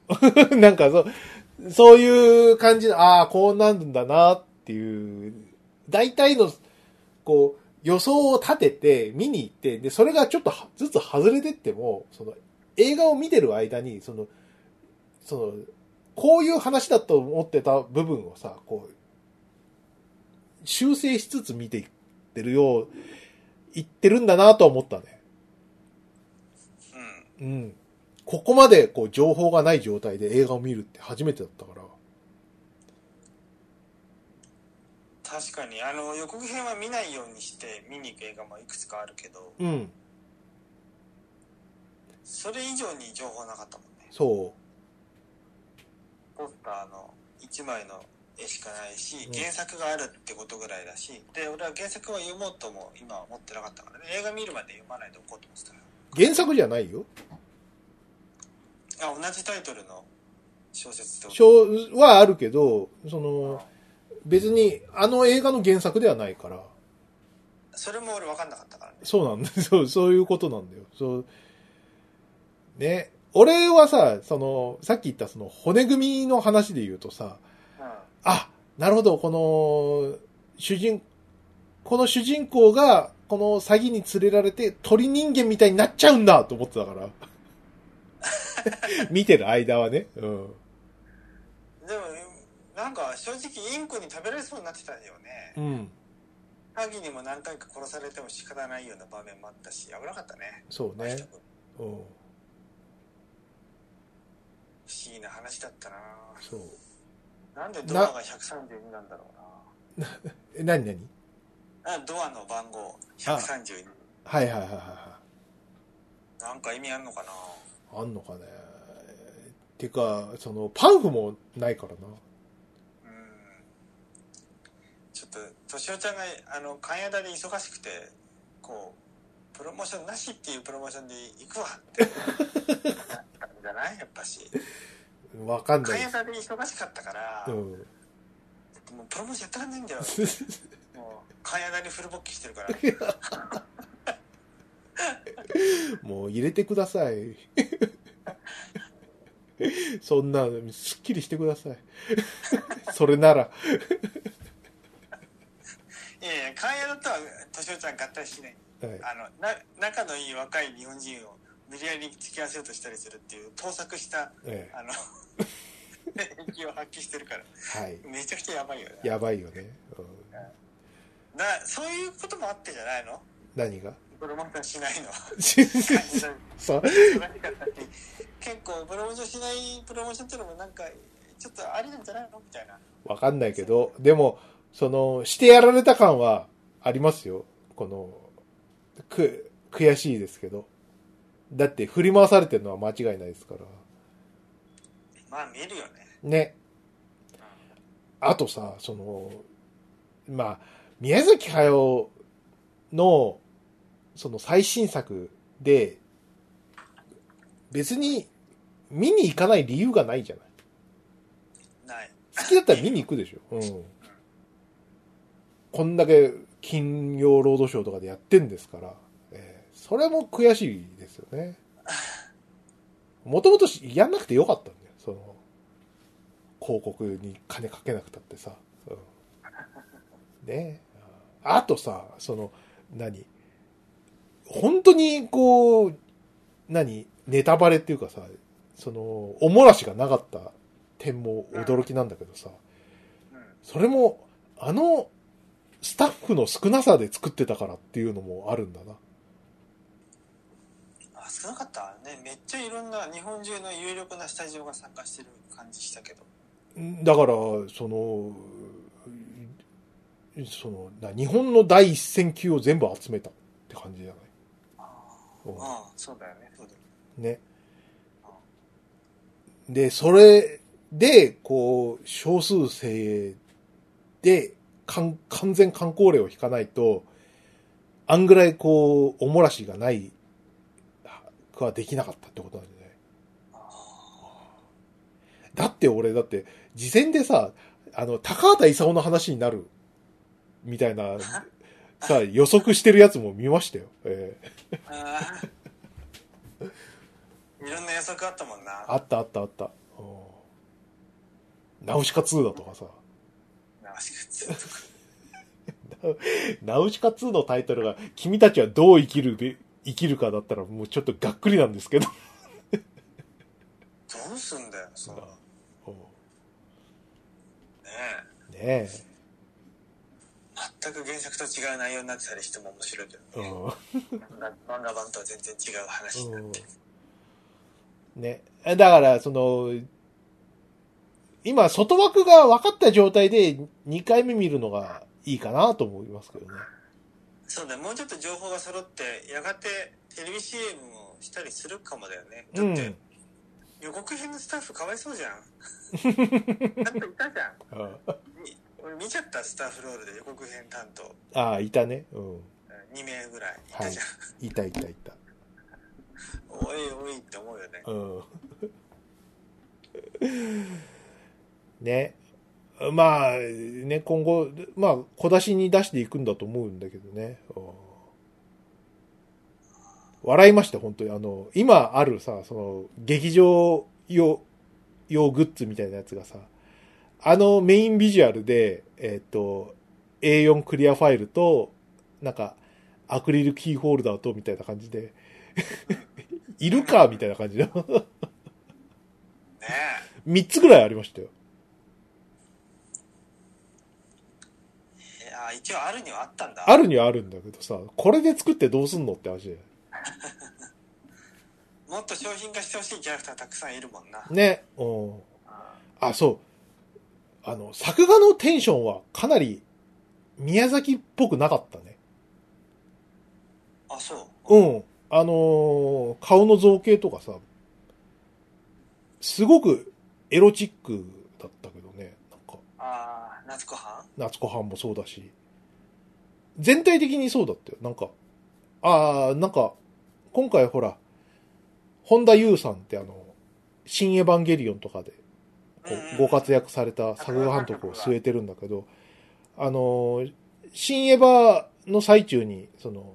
なんかそういう感じで、ああ、こうなんだなっていう、大体の、こう、予想を立てて見に行って、で、それがちょっとずつ外れてっても、その、映画を見てる間に、こういう話だと思ってた部分をさ、こう、修正しつつ見ていってるよう、言ってるんだなと思ったね。うん。うん。ここまでこう情報がない状態で映画を見るって初めてだったから。 確かに予告編は見ないようにして見に行く映画もいくつかあるけど、 うん。 それ以上に情報なかったもんね。 そう。 ポスターの1枚の絵しかないし、原作があるってことぐらいだし、で俺は原作は読もうとも今は思ってなかったからね。映画見るまで読まないでおこうと思ってたよ。 原作じゃないよ。 あ、同じタイトルの小説ってこと？ はあるけど、別に映画の原作ではないから。 それも俺分かんなかったからね。 そうなんだ。そういうことなんだよ。そう。ね。俺はさ、さっき言った骨組みの話で言うとさ、あ、なるほど、この主人公が、この詐欺に連れられて鳥人間みたいになっちゃうんだと思ってたから。見てる間はね。うん。でも、 なんか正直インコに食べられそうになってたよね。うん。詐欺にも何回か殺されても仕方ないような場面もあったし、危なかったね。 そうね。うん。不思議な話だったな。 そう。 なんでドアが132なんだろうな。 何ドアの番号132。 はいはいはいはい。 なんか意味あんのかな。 あんのかね。てか、パンフもないからな。 ちょっと、としおちゃんが、関谷田で忙しくて、こう、プロモーションなしっていうプロモーションで行くわって。じゃないやっぱし。 わかんない。 関谷田で忙しかったから、もうプロモーションやってらんないんだよ。もう、関谷田にフル勃起してるから。 もう入れてください。そんな、すっきりしてください。それなら。 いやいや、関谷田とは、としおちゃん合体しない。はい、仲のいい若い日本人を無理やり付き合わせようとしたりするっていう、盗作した、兵器を発揮してるから。はい。めちゃくちゃやばいよね。 やばいよね。 そういうこともあってじゃないの？ 何が？ プロモーションしないの。 そう。 結構プロモーションしないプロモーションっていうのもなんかちょっとありなんじゃないのみたいな。 わかんないけど、でもしてやられた感はありますよ。悔しいですけど。だって振り回されてるのは間違いないですから。 まあ見るよね。 ね。あとさ、まあ宮崎駿の最新作で別に見に行かない理由がないじゃない。 ない。 好きだったら見に行くでしょ。うん。こんだけ金曜ロードショーとかでやってんですから、それも悔しいですよね。もともとやんなくてよかったんだよ。 広告に金かけなくたってさ。うん、ね。あとさ、本当にこう、ネタバレっていうかさ、おもらしがなかった点も驚きなんだけどさ、それも、スタッフの少なさで作ってたからっていうのもあるんだな。 あ、少なかったね。めっちゃいろんな日本中の有力なスタジオが参加してる感じしたけど。だから、日本の第一線級を全部集めたって感じじゃない？ ああ、そうだよね。そうだよね。で、それで、こう、少数精鋭で、完全観光令を引かないと、あんぐらいこう、おもらしがないくはできなかったってことなんじゃない？だって俺、事前でさ、高畑勲の話になる、みたいな、さ、予測してるやつも見ましたよ。 いろんな予測あったもんな。 あった。ナウシカ2だとかさ。 ナウシカ2とか。 ナウシカ2のタイトルが、君たちはどう生きるかだったらもうちょっとがっくりなんですけど。 どうすんだよ、そんな。ねえ。 全く原作と違う内容になってたりしても面白いけどね。漫画版とは全然違う話になって。 ね。だから、今、外枠が分かった状態で2回目見るのがいいかなと思いますけどね。 そうだ、もうちょっと情報が揃って、やがてテレビ CM もしたりするかもだよね。だって、予告編のスタッフかわいそうじゃん。ちゃんといたじゃん。俺見ちゃった、スタッフロールで予告編担当。 ああ、いたね。 2名ぐらいいたじゃん。はい、 いた。 おいおいって思うよね。ね。まあ、ね、今後、小出しに出していくんだと思うんだけどね。笑いました、本当に。今あるさ、劇場用グッズみたいなやつがさ、メインビジュアルで、A4 クリアファイルと、アクリルキーホルダーと、みたいな感じで、いるかみたいな感じの。ねえ。3つぐらいありましたよ。 一応あるにはあったんだ。 あるにはあるんだけどさ、これで作ってどうすんのって話で。 もっと商品化してほしいキャラクターたくさんいるもんな。 ね。そう。作画のテンションはかなり宮崎っぽくなかったね。 あ、そう。 顔の造形とかさ、すごくエロチックだったけどね。 夏子藩？ 夏子藩もそうだし。全体的にそうだったよ。今回ほら、本田優さんって新エヴァンゲリオンとかで、ご活躍された作画監督を据えてるんだけど、新エヴァの最中に、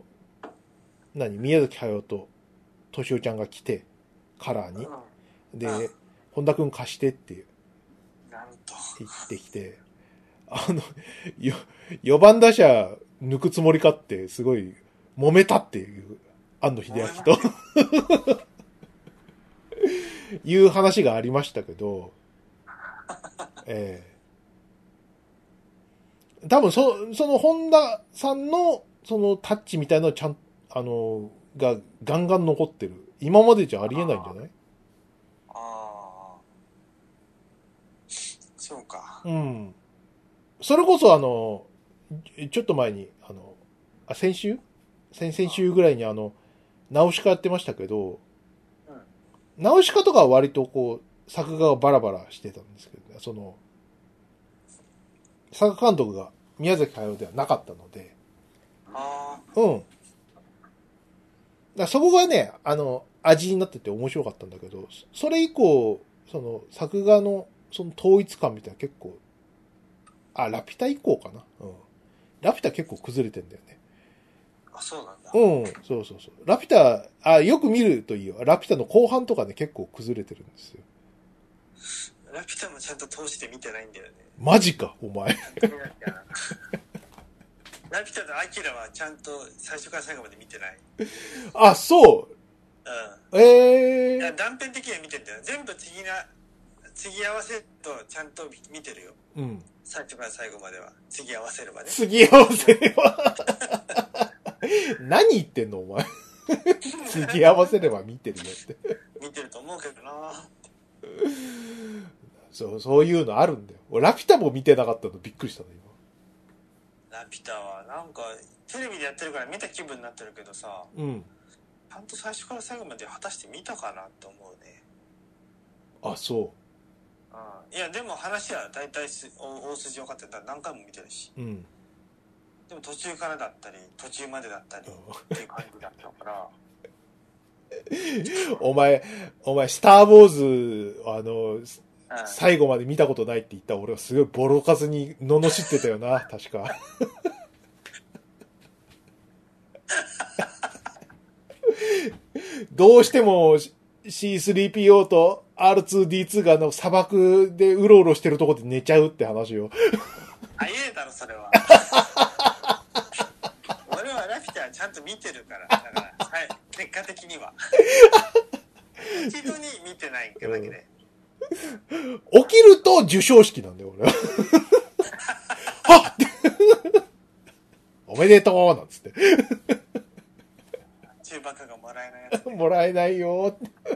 宮崎駿と敏夫ちゃんが来て、カラーに。で、本田くん貸してって言ってきて、4番打者抜くつもりかってすごい揉めたっていう、庵野秀明という話がありましたけど、多分その本田さんのそのタッチみたいなのちゃんがガンガン残ってる。今までじゃありえないんじゃない？ そうか。 それこそちょっと前に先週ぐらいにナウシカやってましたけど、ナウシカとかは割とこう作画がバラバラしてたんですけどね、作画監督が宮崎駿ではなかったので、そこがね、味になってて面白かったんだけど、それ以降、作画の、統一感みたいな結構、ラピュタ以降かな。ラピュタ結構崩れてんだよね。 そうなんだ。 そう。ラピュタ、よく見るといいよ。ラピュタの後半とかね、結構崩れてるんですよ。 ラピュタもちゃんと通して見てないんだよね。 マジか、お前。 ラピュタとアキラはちゃんと最初から最後まで見てない。 あ、そう。 うん。いや、断片的には見てんだよ。全部次合わせるとちゃんと見てるよ。 うん。 最初から最後までは。次合わせるまで。 次合わせれば。何言ってんのお前。次合わせれば見てるよって。 見てると思うけどな。 そういうのあるんだよ。ラピュタも見てなかったのびっくりしたの今。ラピュタはなんかテレビでやってるから見た気分になってるけどさ。 うん。 ちゃんと最初から最後まで果たして見たかなと思うね。 あ、そう。 いやでも話は大体大筋分かってたら何回も見てるし、 うん、 でも途中からだったり途中までだったりっていう感じだったからお前スター・ウォーズ最後まで見たことないって言ったら俺はすごいボロカスに罵ってたよな確かどうしてもC3PO と R2D2 が砂漠でうろうろしてるとこで寝ちゃうって話を。 ありえだろ、それは。俺はラピュタはちゃんと見てるから。だから、はい、結果的には。一度に見てないだけで。 起きると授賞式なんだよ、俺は。はっおめでとうなんつって。 中爆がもらえないやつ、ね。 もらえないよ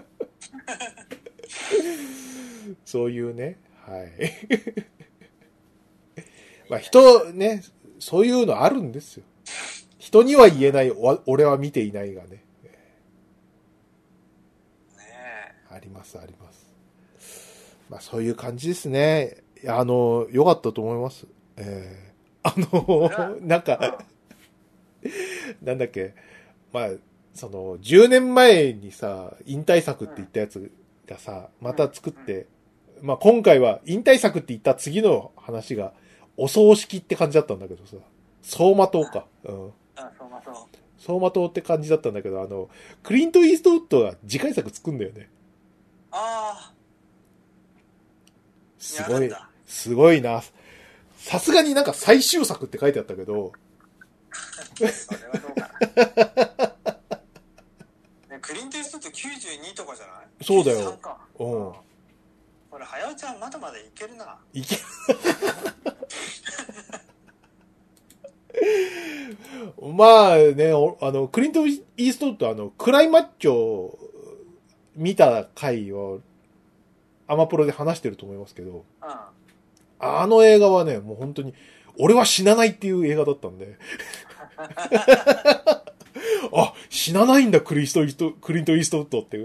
そういうね、はい。まあ人ね、そういうのあるんですよ。人には言えない、俺は見ていないがね。ねえ。あります、あります。まあそういう感じですね。良かったと思います。なんか、なんだっけ、まあ、10年前にさ、引退作って言ったやつがさ、また作って、まあ今回は引退作って言った次の話が、お葬式って感じだったんだけどさ、走馬灯か。うん。走馬灯って感じだったんだけど、クリント・イーストウッドが次回作作んだよね。 ああ。 すごい、すごいな。さすがになんか最終作って書いてあったけど、 それはどうかな。クリント・イーストウッド92とかじゃない？ そうだよ。 うん。これ、早尾ちゃんまだまだいけるな。 いけまあね、クリント・イーストウッドクライマッチョ見た回をアマプロで話してると思いますけど、 うん、 あの映画はね、もう本当に、俺は死なないっていう映画だったんで。あ、死なないんだ、クリント・イーストウッドっていう。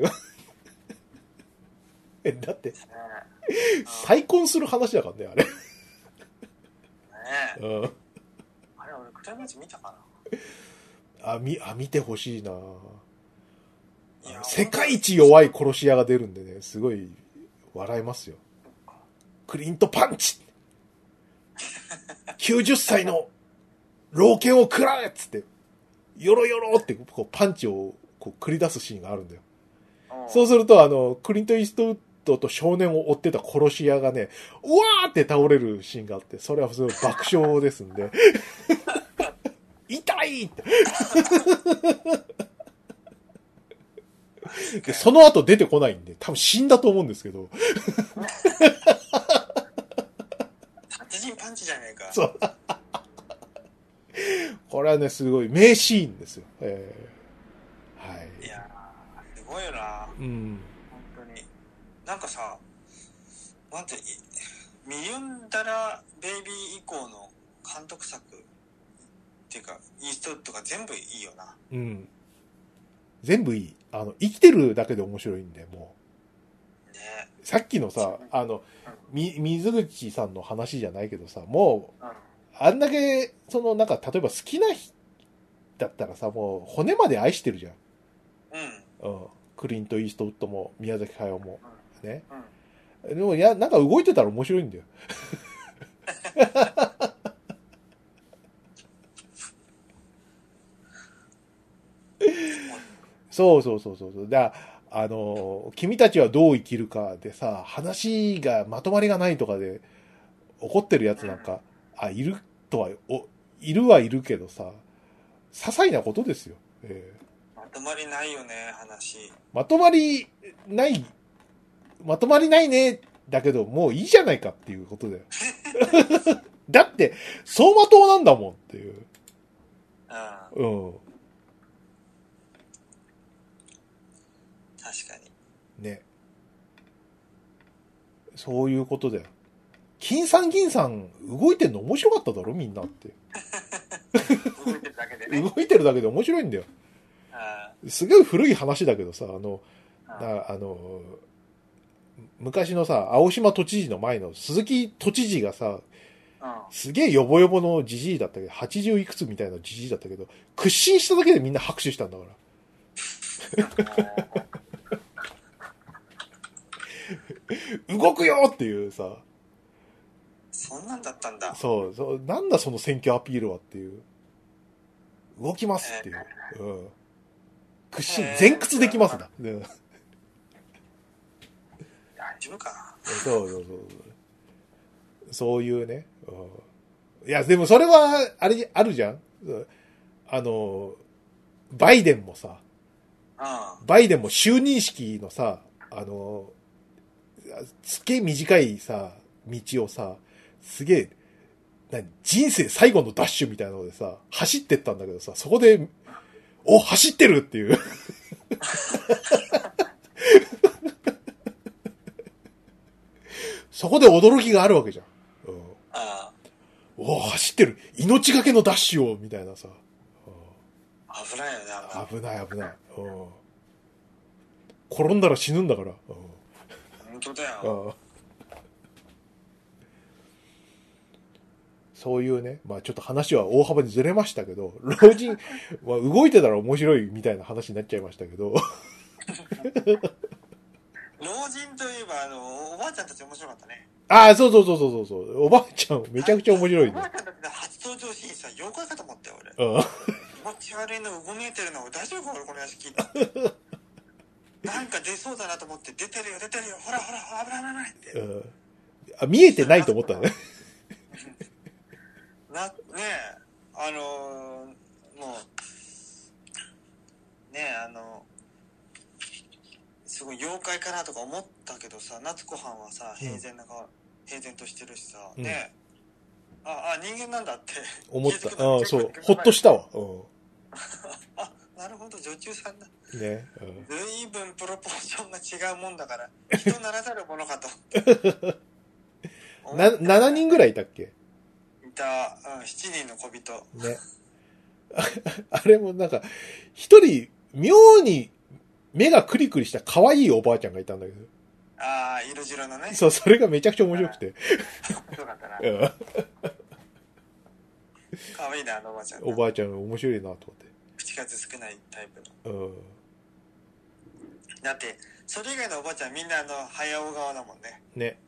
だって、再婚する話だからね、あれ。ねえ。うん。あれ、俺、クライマッチ見たかな？ 見てほしいな。世界一弱い殺し屋が出るんでね、すごい笑えますよ。クリントパンチ90歳の老犬を食らえっつって、よろよろってこうパンチをこう繰り出すシーンがあるんだよ。そうするとクリント・イーストウッドと少年を追ってた殺し屋がね、うわーって倒れるシーンがあって、それはすごい爆笑ですんで。痛いってで。その後出てこないんで、多分死んだと思うんですけど。 殺人パンチじゃねえか。 そう。これはね、すごい名シーンですよ。はい。 いやー、すごいよな。 うん。 本当に。なんかさ、なんて、ミリオンダラーベイビー以降の監督作っていうか、イーストウッドが全部いいよな。 うん。全部いい。生きてるだけで面白いんで、もう。ね。さっきのさ、水口さんの話じゃないけどさ、もう、あんだけ、なんか、例えば好きな人だったらさ、もう、骨まで愛してるじゃん。うん。クリント・イーストウッドも、宮崎駿も。ね。でも、なんか動いてたら面白いんだよ。そう。だから、 君たちはどう生きるかでさ、話がまとまりがないとかで怒ってるやつなんか、いるはいるけどさ、些細なことですよ。 まとまりないよね、話。 まとまりないね、だけど、もういいじゃないかっていうことだよ。だって、走馬灯なんだもんっていう。うん。 確かに。 ね。そういうことだよ。金さん動いてんの面白かっただろみんなって。 動いてるだけでね。 動いてるだけで面白いんだよ。すごい古い話だけどさ、昔のさ、青島都知事の前の鈴木都知事がさ、すげえヨボヨボのジジイだったけど、80いくつみたいなジジイだったけど、屈伸しただけでみんな拍手したんだから。動くよっていうさ。 そんなんだったんだ。 そう、なんだその選挙アピールはっていう。動きますっていう。屈伸、前屈できますだ。 大丈夫か。 そう。そういうね。いや、でもそれは、あるじゃん。バイデンもさ、バイデンも就任式のさ、すげえ短いさ、道をさ、すげえ、人生最後のダッシュみたいなのでさ、走ってったんだけどさ、そこで、走ってるっていう。そこで驚きがあるわけじゃん。走ってる。命がけのダッシュを、みたいなさ。 危ないよね、 危ない。転んだら死ぬんだから。 本当だよ。 そういうね、まあちょっと話は大幅にずれましたけど、老人は動いてたら面白いみたいな話になっちゃいましたけど。 老人といえば、おばあちゃんたち面白かったね。 そう。おばあちゃんめちゃくちゃ面白いね。 おばあちゃんたちの初登場シーンさ、妖怪かと思ったよ、俺。気持ち悪いのうごめいてるの、大丈夫俺この話聞いた。なんか出そうだなと思って、出てるよ、ほら、危ないって。 見えてないと思ったね。 もう、すごい妖怪かなとか思ったけどさ、夏子はんはさ、平然としてるしさ、人間なんだって思った。そう、ほっとしたわ。 なるほど、女中さんだ。 ね。 随分プロポーションが違うもんだから、人ならざるものかと。 7人ぐらいいたっけ？ いた、7人の小人。 ね。あれもなんか、一人、妙に目がクリクリした可愛いおばあちゃんがいたんだけど。 色白のね。 そう、それがめちゃくちゃ面白くて。 そうだったな。可愛いな、おばあちゃん。 おばあちゃん面白いなと思って。 口数少ないタイプの。だって、それ以外のおばあちゃんみんな早尾側だもんね。 ね。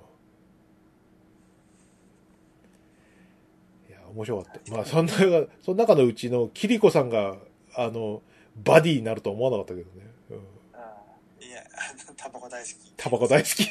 面白かった。まあ、その中のうちのキリコさんが、バディになるとは思わなかったけどね。 いや、タバコ大好き。 タバコ大好き。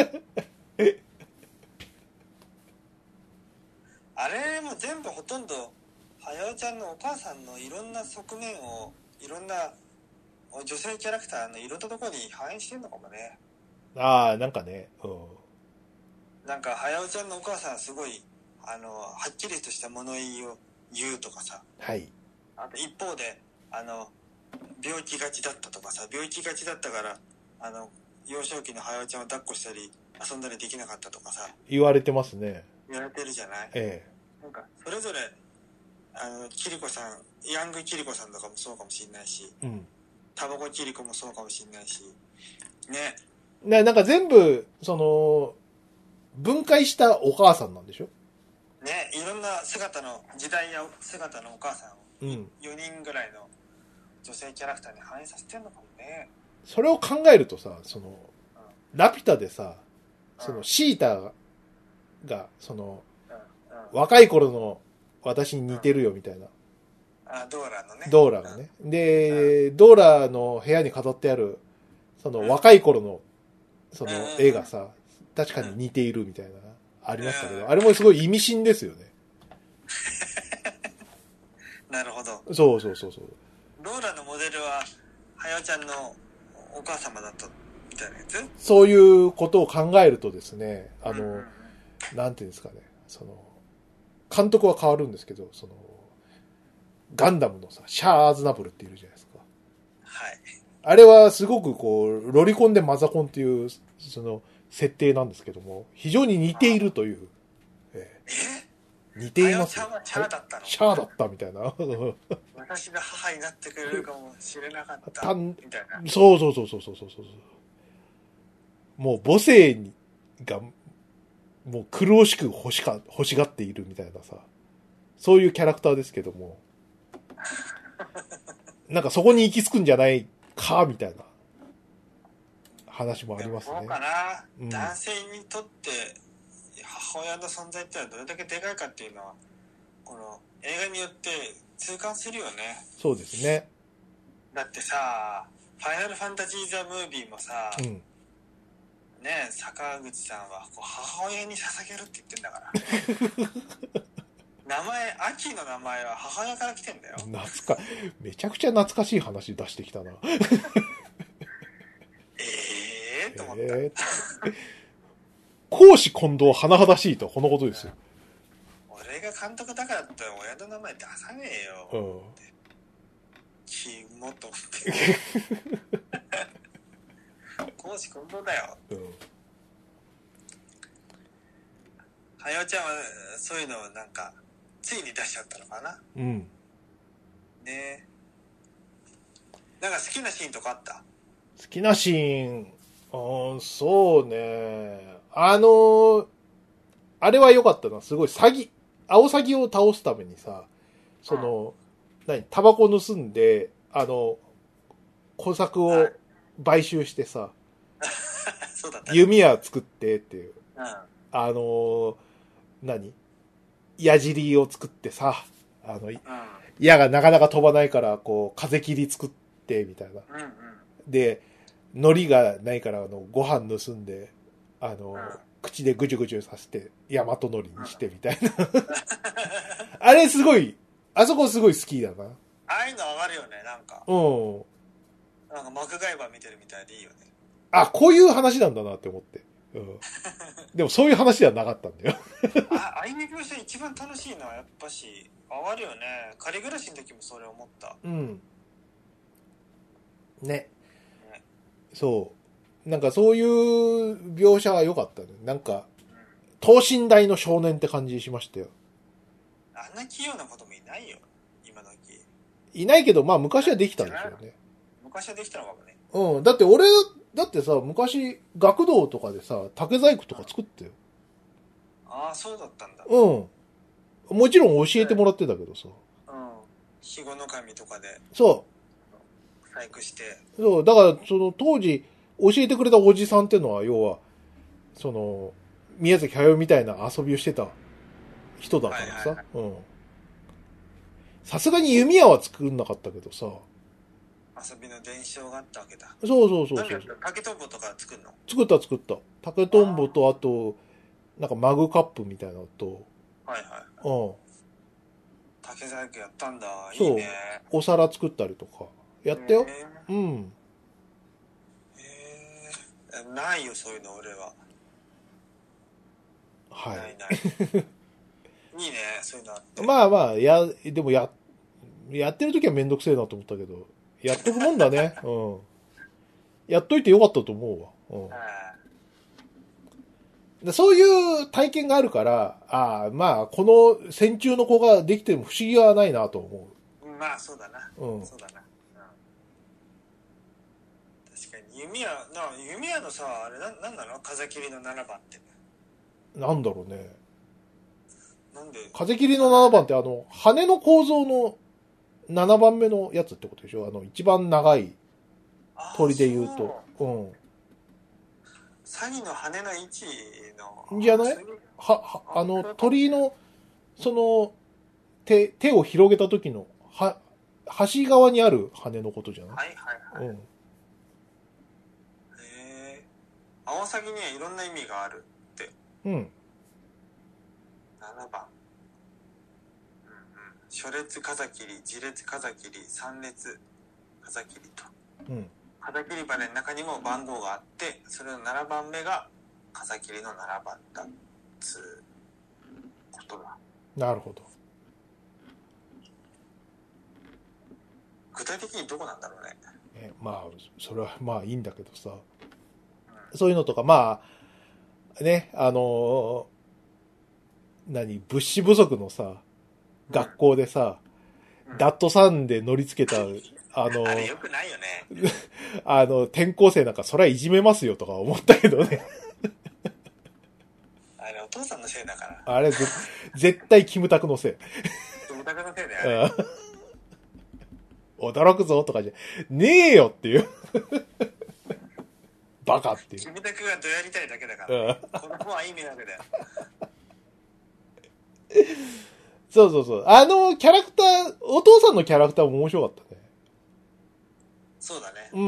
あれも全部ほとんど、はやおちゃんのお母さんのいろんな側面を、いろんな女性キャラクターのいろんなところに反映してんのかもね。 なんかね。 なんか、はやおちゃんのお母さんはすごい、はっきりとした物言いを言うとかさ。 はい。 あと一方で、病気がちだったとかさ、病気がちだったから、幼少期のはやおちゃんを抱っこしたり、遊んだりできなかったとかさ。 言われてますね。 言われてるじゃない？なんか、それぞれ、キリコさん、ヤングキリコさんとかもそうかもしれないし、タバコキリコもそうかもしれないし、ね。 なんか全部、分解したお母さんなんでしょ？ ね、いろんな時代や姿のお母さんを、4人ぐらいの女性キャラクターに反映させてんのかもね。 それを考えるとさ、ラピュタでさ、シータが、若い頃の私に似てるよみたいな。 ドーラのね。 ドーラがね。で、ドーラの部屋に飾ってある、 その若い頃の、その絵がさ、確かに似ているみたいな、ありましたけど、あれもすごい意味深ですよね。 なるほど。 そうそうそうそう。 ローラのモデルは、はよちゃんのお母様だったみたいなやつ？ そういうことを考えるとですね、なんていうんですかね、その、監督は変わるんですけど、その、ガンダムのさ、シャア・アズナブルっているじゃないですか。 はい。 あれはすごくこう、ロリコンでマザコンっていう、その、設定なんですけども、非常に似ているという。似ています。 はよちゃんはシャアだったの？ シャアだったみたいな。 私が母になってくれるかもしれなかったみたいな。 そうそうそうそうそうそう。もう母性が、もう苦しく欲しがっているみたいなさ、そういうキャラクターですけども、なんかそこに行き着くんじゃないか、みたいな話もありますね。 そうかな、男性にとって母親の存在ってのはどれだけでかいかっていうのは、この映画によって痛感するよね。 そうですね。 だってさ、ファイナルファンタジーザムービーもさ、ね、坂口さんはこう母親に捧げるって言ってんだから名前、秋の名前は母親から来てんだよ。 めちゃくちゃ懐かしい話出してきたなと思った、 公私混同甚だしいとこのことですよ。 俺が監督だからって親の名前出さねえよ、キモと思って公私混同だよ。はよちゃんはそういうのをなんかついに出しちゃったのかな。ねえ。なんか好きなシーンとかあった？ 好きなシーン、そうね。あれは良かったな。すごいアオサギを倒すためにさ、その、タバコ盗んで、工作を買収してさ、 そうだったね、 弓矢作ってっていう、矢尻を作ってさ、矢がなかなか飛ばないから、こう、風切り作って、みたいな。で、海苔がないから、ご飯盗んで、口でぐじゅぐじゅさせて、大和海苔にして、みたいな。あれすごい、あそこすごい好きだな。 ああいうの上がるよね、なんか。なんかマクガイバー見てるみたいでいいよね。 あ、こういう話なんだなって思って。でもそういう話ではなかったんだよ。 アニメ描写一番楽しいのはやっぱし、上がるよね。仮暮らしの時もそれ思った。 ね。そう。なんかそういう描写は良かったね。なんか、等身大の少年って感じしましたよ。 あんな器用なこともいないよ、今時。 いないけど、まあ昔はできたんでしょうね。 昔はできたのかもね。 だってさ、昔、学童とかでさ、竹細工とか作ったよ。 ああ、そうだったんだ。 もちろん教えてもらってたけどさ。 肥後の神とかで。 そう。 細工して。 そう、だから、その当時、教えてくれたおじさんってのは、要は、その、宮崎駿みたいな遊びをしてた人だからさ。さすがに弓矢は作んなかったけどさ。 遊びの伝承があったわけだ。 そう。 竹とんぼとか作るの？ 作った。竹とんぼと、あと、なんかマグカップみたいなのと。 竹細工やったんだ。 いいね。 お皿作ったりとか。やったよ。 ないよ、そういうの、俺は。 はい。 ない。いいね、そういうのあって。 まあ、でもやってる時はめんどくせえなと思ったけど、やっとくもんだね。やっといてよかったと思うわ。そういう体験があるから、まあ、この戦中の子ができても不思議はないなと思う。まあ、そうだな。そうだな。確かに、弓矢のさ、あれなんなの？風切りの7番って。 なんだろうね。 なんで？ 風切りの7番って羽の構造の7番目のやつってことでしょ？一番長い鳥で言うと。 サギの羽の位置の。 じゃない？鳥の、その、手を広げた時の、端側にある羽のことじゃない？ アオサギにはいろんな意味があるって。 うん。 7番。初列風切り、次列風切り、3列風切りと。 うん。 風切り羽の中にも番号があって、それの7番目が風切りの7番だっつうことだ。 なるほど。 具体的にどこなんだろうね。 まあそれはまあいいんだけどさ、そういうのとかまあね物資不足のさ学校でさ、ダットサンで乗り付けたあれよくないよね。 転校生なんかそりゃいじめますよとか思ったけどね。 あれお父さんのせいだから。 あれ絶対キムタクのせい。 キムタクのせいだよね。 驚くぞとかじゃねえよっていうバカっていう。 キムタクがどやりたいだけだから、ね、この子はいい迷惑だよ。 そうそうそう。キャラクター、お父さんのキャラクターも面白かったね。 そうだね。 うん。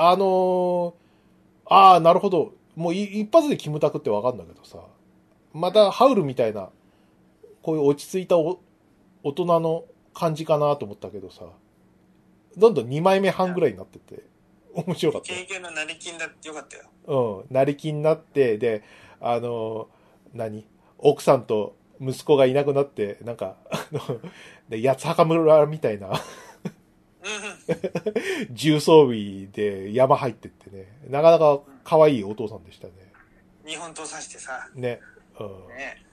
なるほど。もう一発でキムタクってわかんだけどさ。またハウルみたいな、こういう落ち着いた大人の感じかなと思ったけどさ。どんどん2枚目半ぐらいになってて、面白かった。 経験の成金だってよかったよ。 うん。成金になって、で、奥さんと息子がいなくなって、なんか、で八つ墓村みたいな重装備で山入ってってね、なかなか可愛いお父さんでしたね。 日本刀刺してさ。 ね。うん。 ね。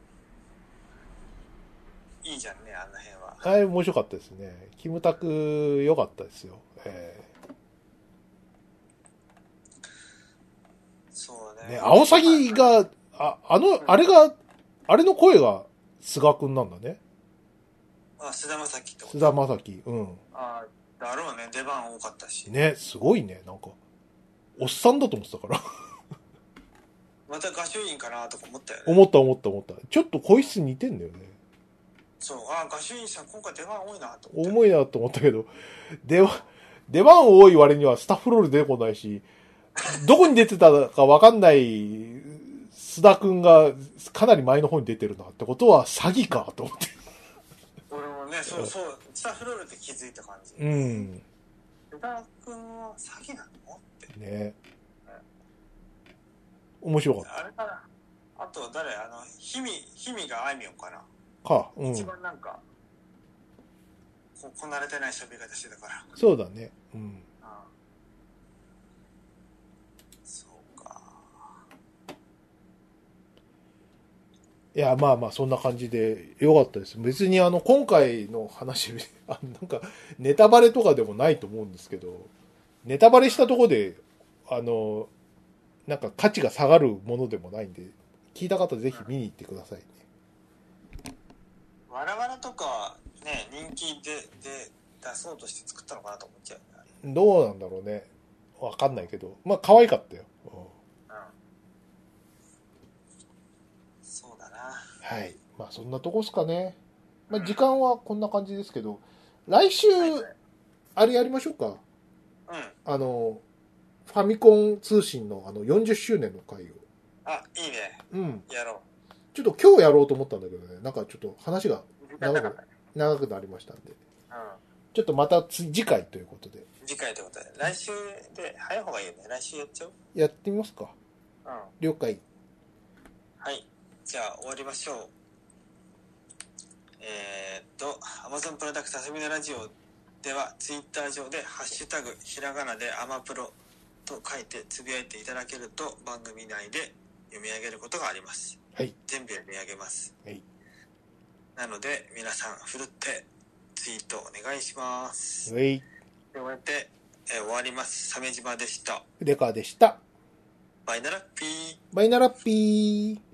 いいじゃんね、あの辺は。 あれ面白かったですね。キムタク良かったですよ。 そうね。 アオサギが、あれの声が菅くんなんだね。 菅田将暉ってこと。 菅田将暉、うん。 だろうね、出番多かったし。 ね、すごいね、なんか。おっさんだと思ってたから。 また画集院かなとか思ったよね。 思った。ちょっと声質似てんだよね。 そう、画集院さん今回出番多いなと思って。 重いなと思ったけど、出番多い割にはスタッフロール出てこないし、どこに出てたかわかんない須田くんがかなり前の方に出てるなってことは詐欺かと思って。 俺もね、そう、スタッフロールって気づいた感じ。 うん。 須田くんは詐欺なのって。 ね。面白かった。 あれかな。あと誰ひみがあいみょんかな。 うん。 一番なんか、こなれてない喋り方してたから。 そうだね。うん。 そうか。 いや、まあそんな感じで良かったです。別に今回の話、なんか、ネタバレとかでもないと思うんですけど、ネタバレしたところで、なんか価値が下がるものでもないんで、聞いた方ぜひ見に行ってくださいね。 わらわらとかね、人気で出そうとして作ったのかなと思っちゃうね。 どうなんだろうね。わかんないけど。まあ可愛かったよ。 そうだな。 はい。まあそんなとこっすかね。まあ時間はこんな感じですけど、来週、あれやりましょうか。ファミコン通信の40周年の回を。 いいね。 うん。 やろう。 ちょっと今日やろうと思ったんだけどね、なんかちょっと話が長くなりましたんで。ちょっとまた次回ということで。 次回ということで。来週で早い方がいいよね。来週やっちゃおう。 やってみますか。了解。 はい。じゃあ終わりましょう。Amazon プロダクツ遊びのラジオでは Twitter 上でハッシュタグひらがなでアマプロと書いてつぶやいていただけると番組内で読み上げることがあります。 はい。 全部読み上げます。 はい。 なので皆さんふるってツイートお願いします。 はい。で、 こうやって終わります。鮫島でした。 筆川でした。 バイナラッピー。 バイナラッピー。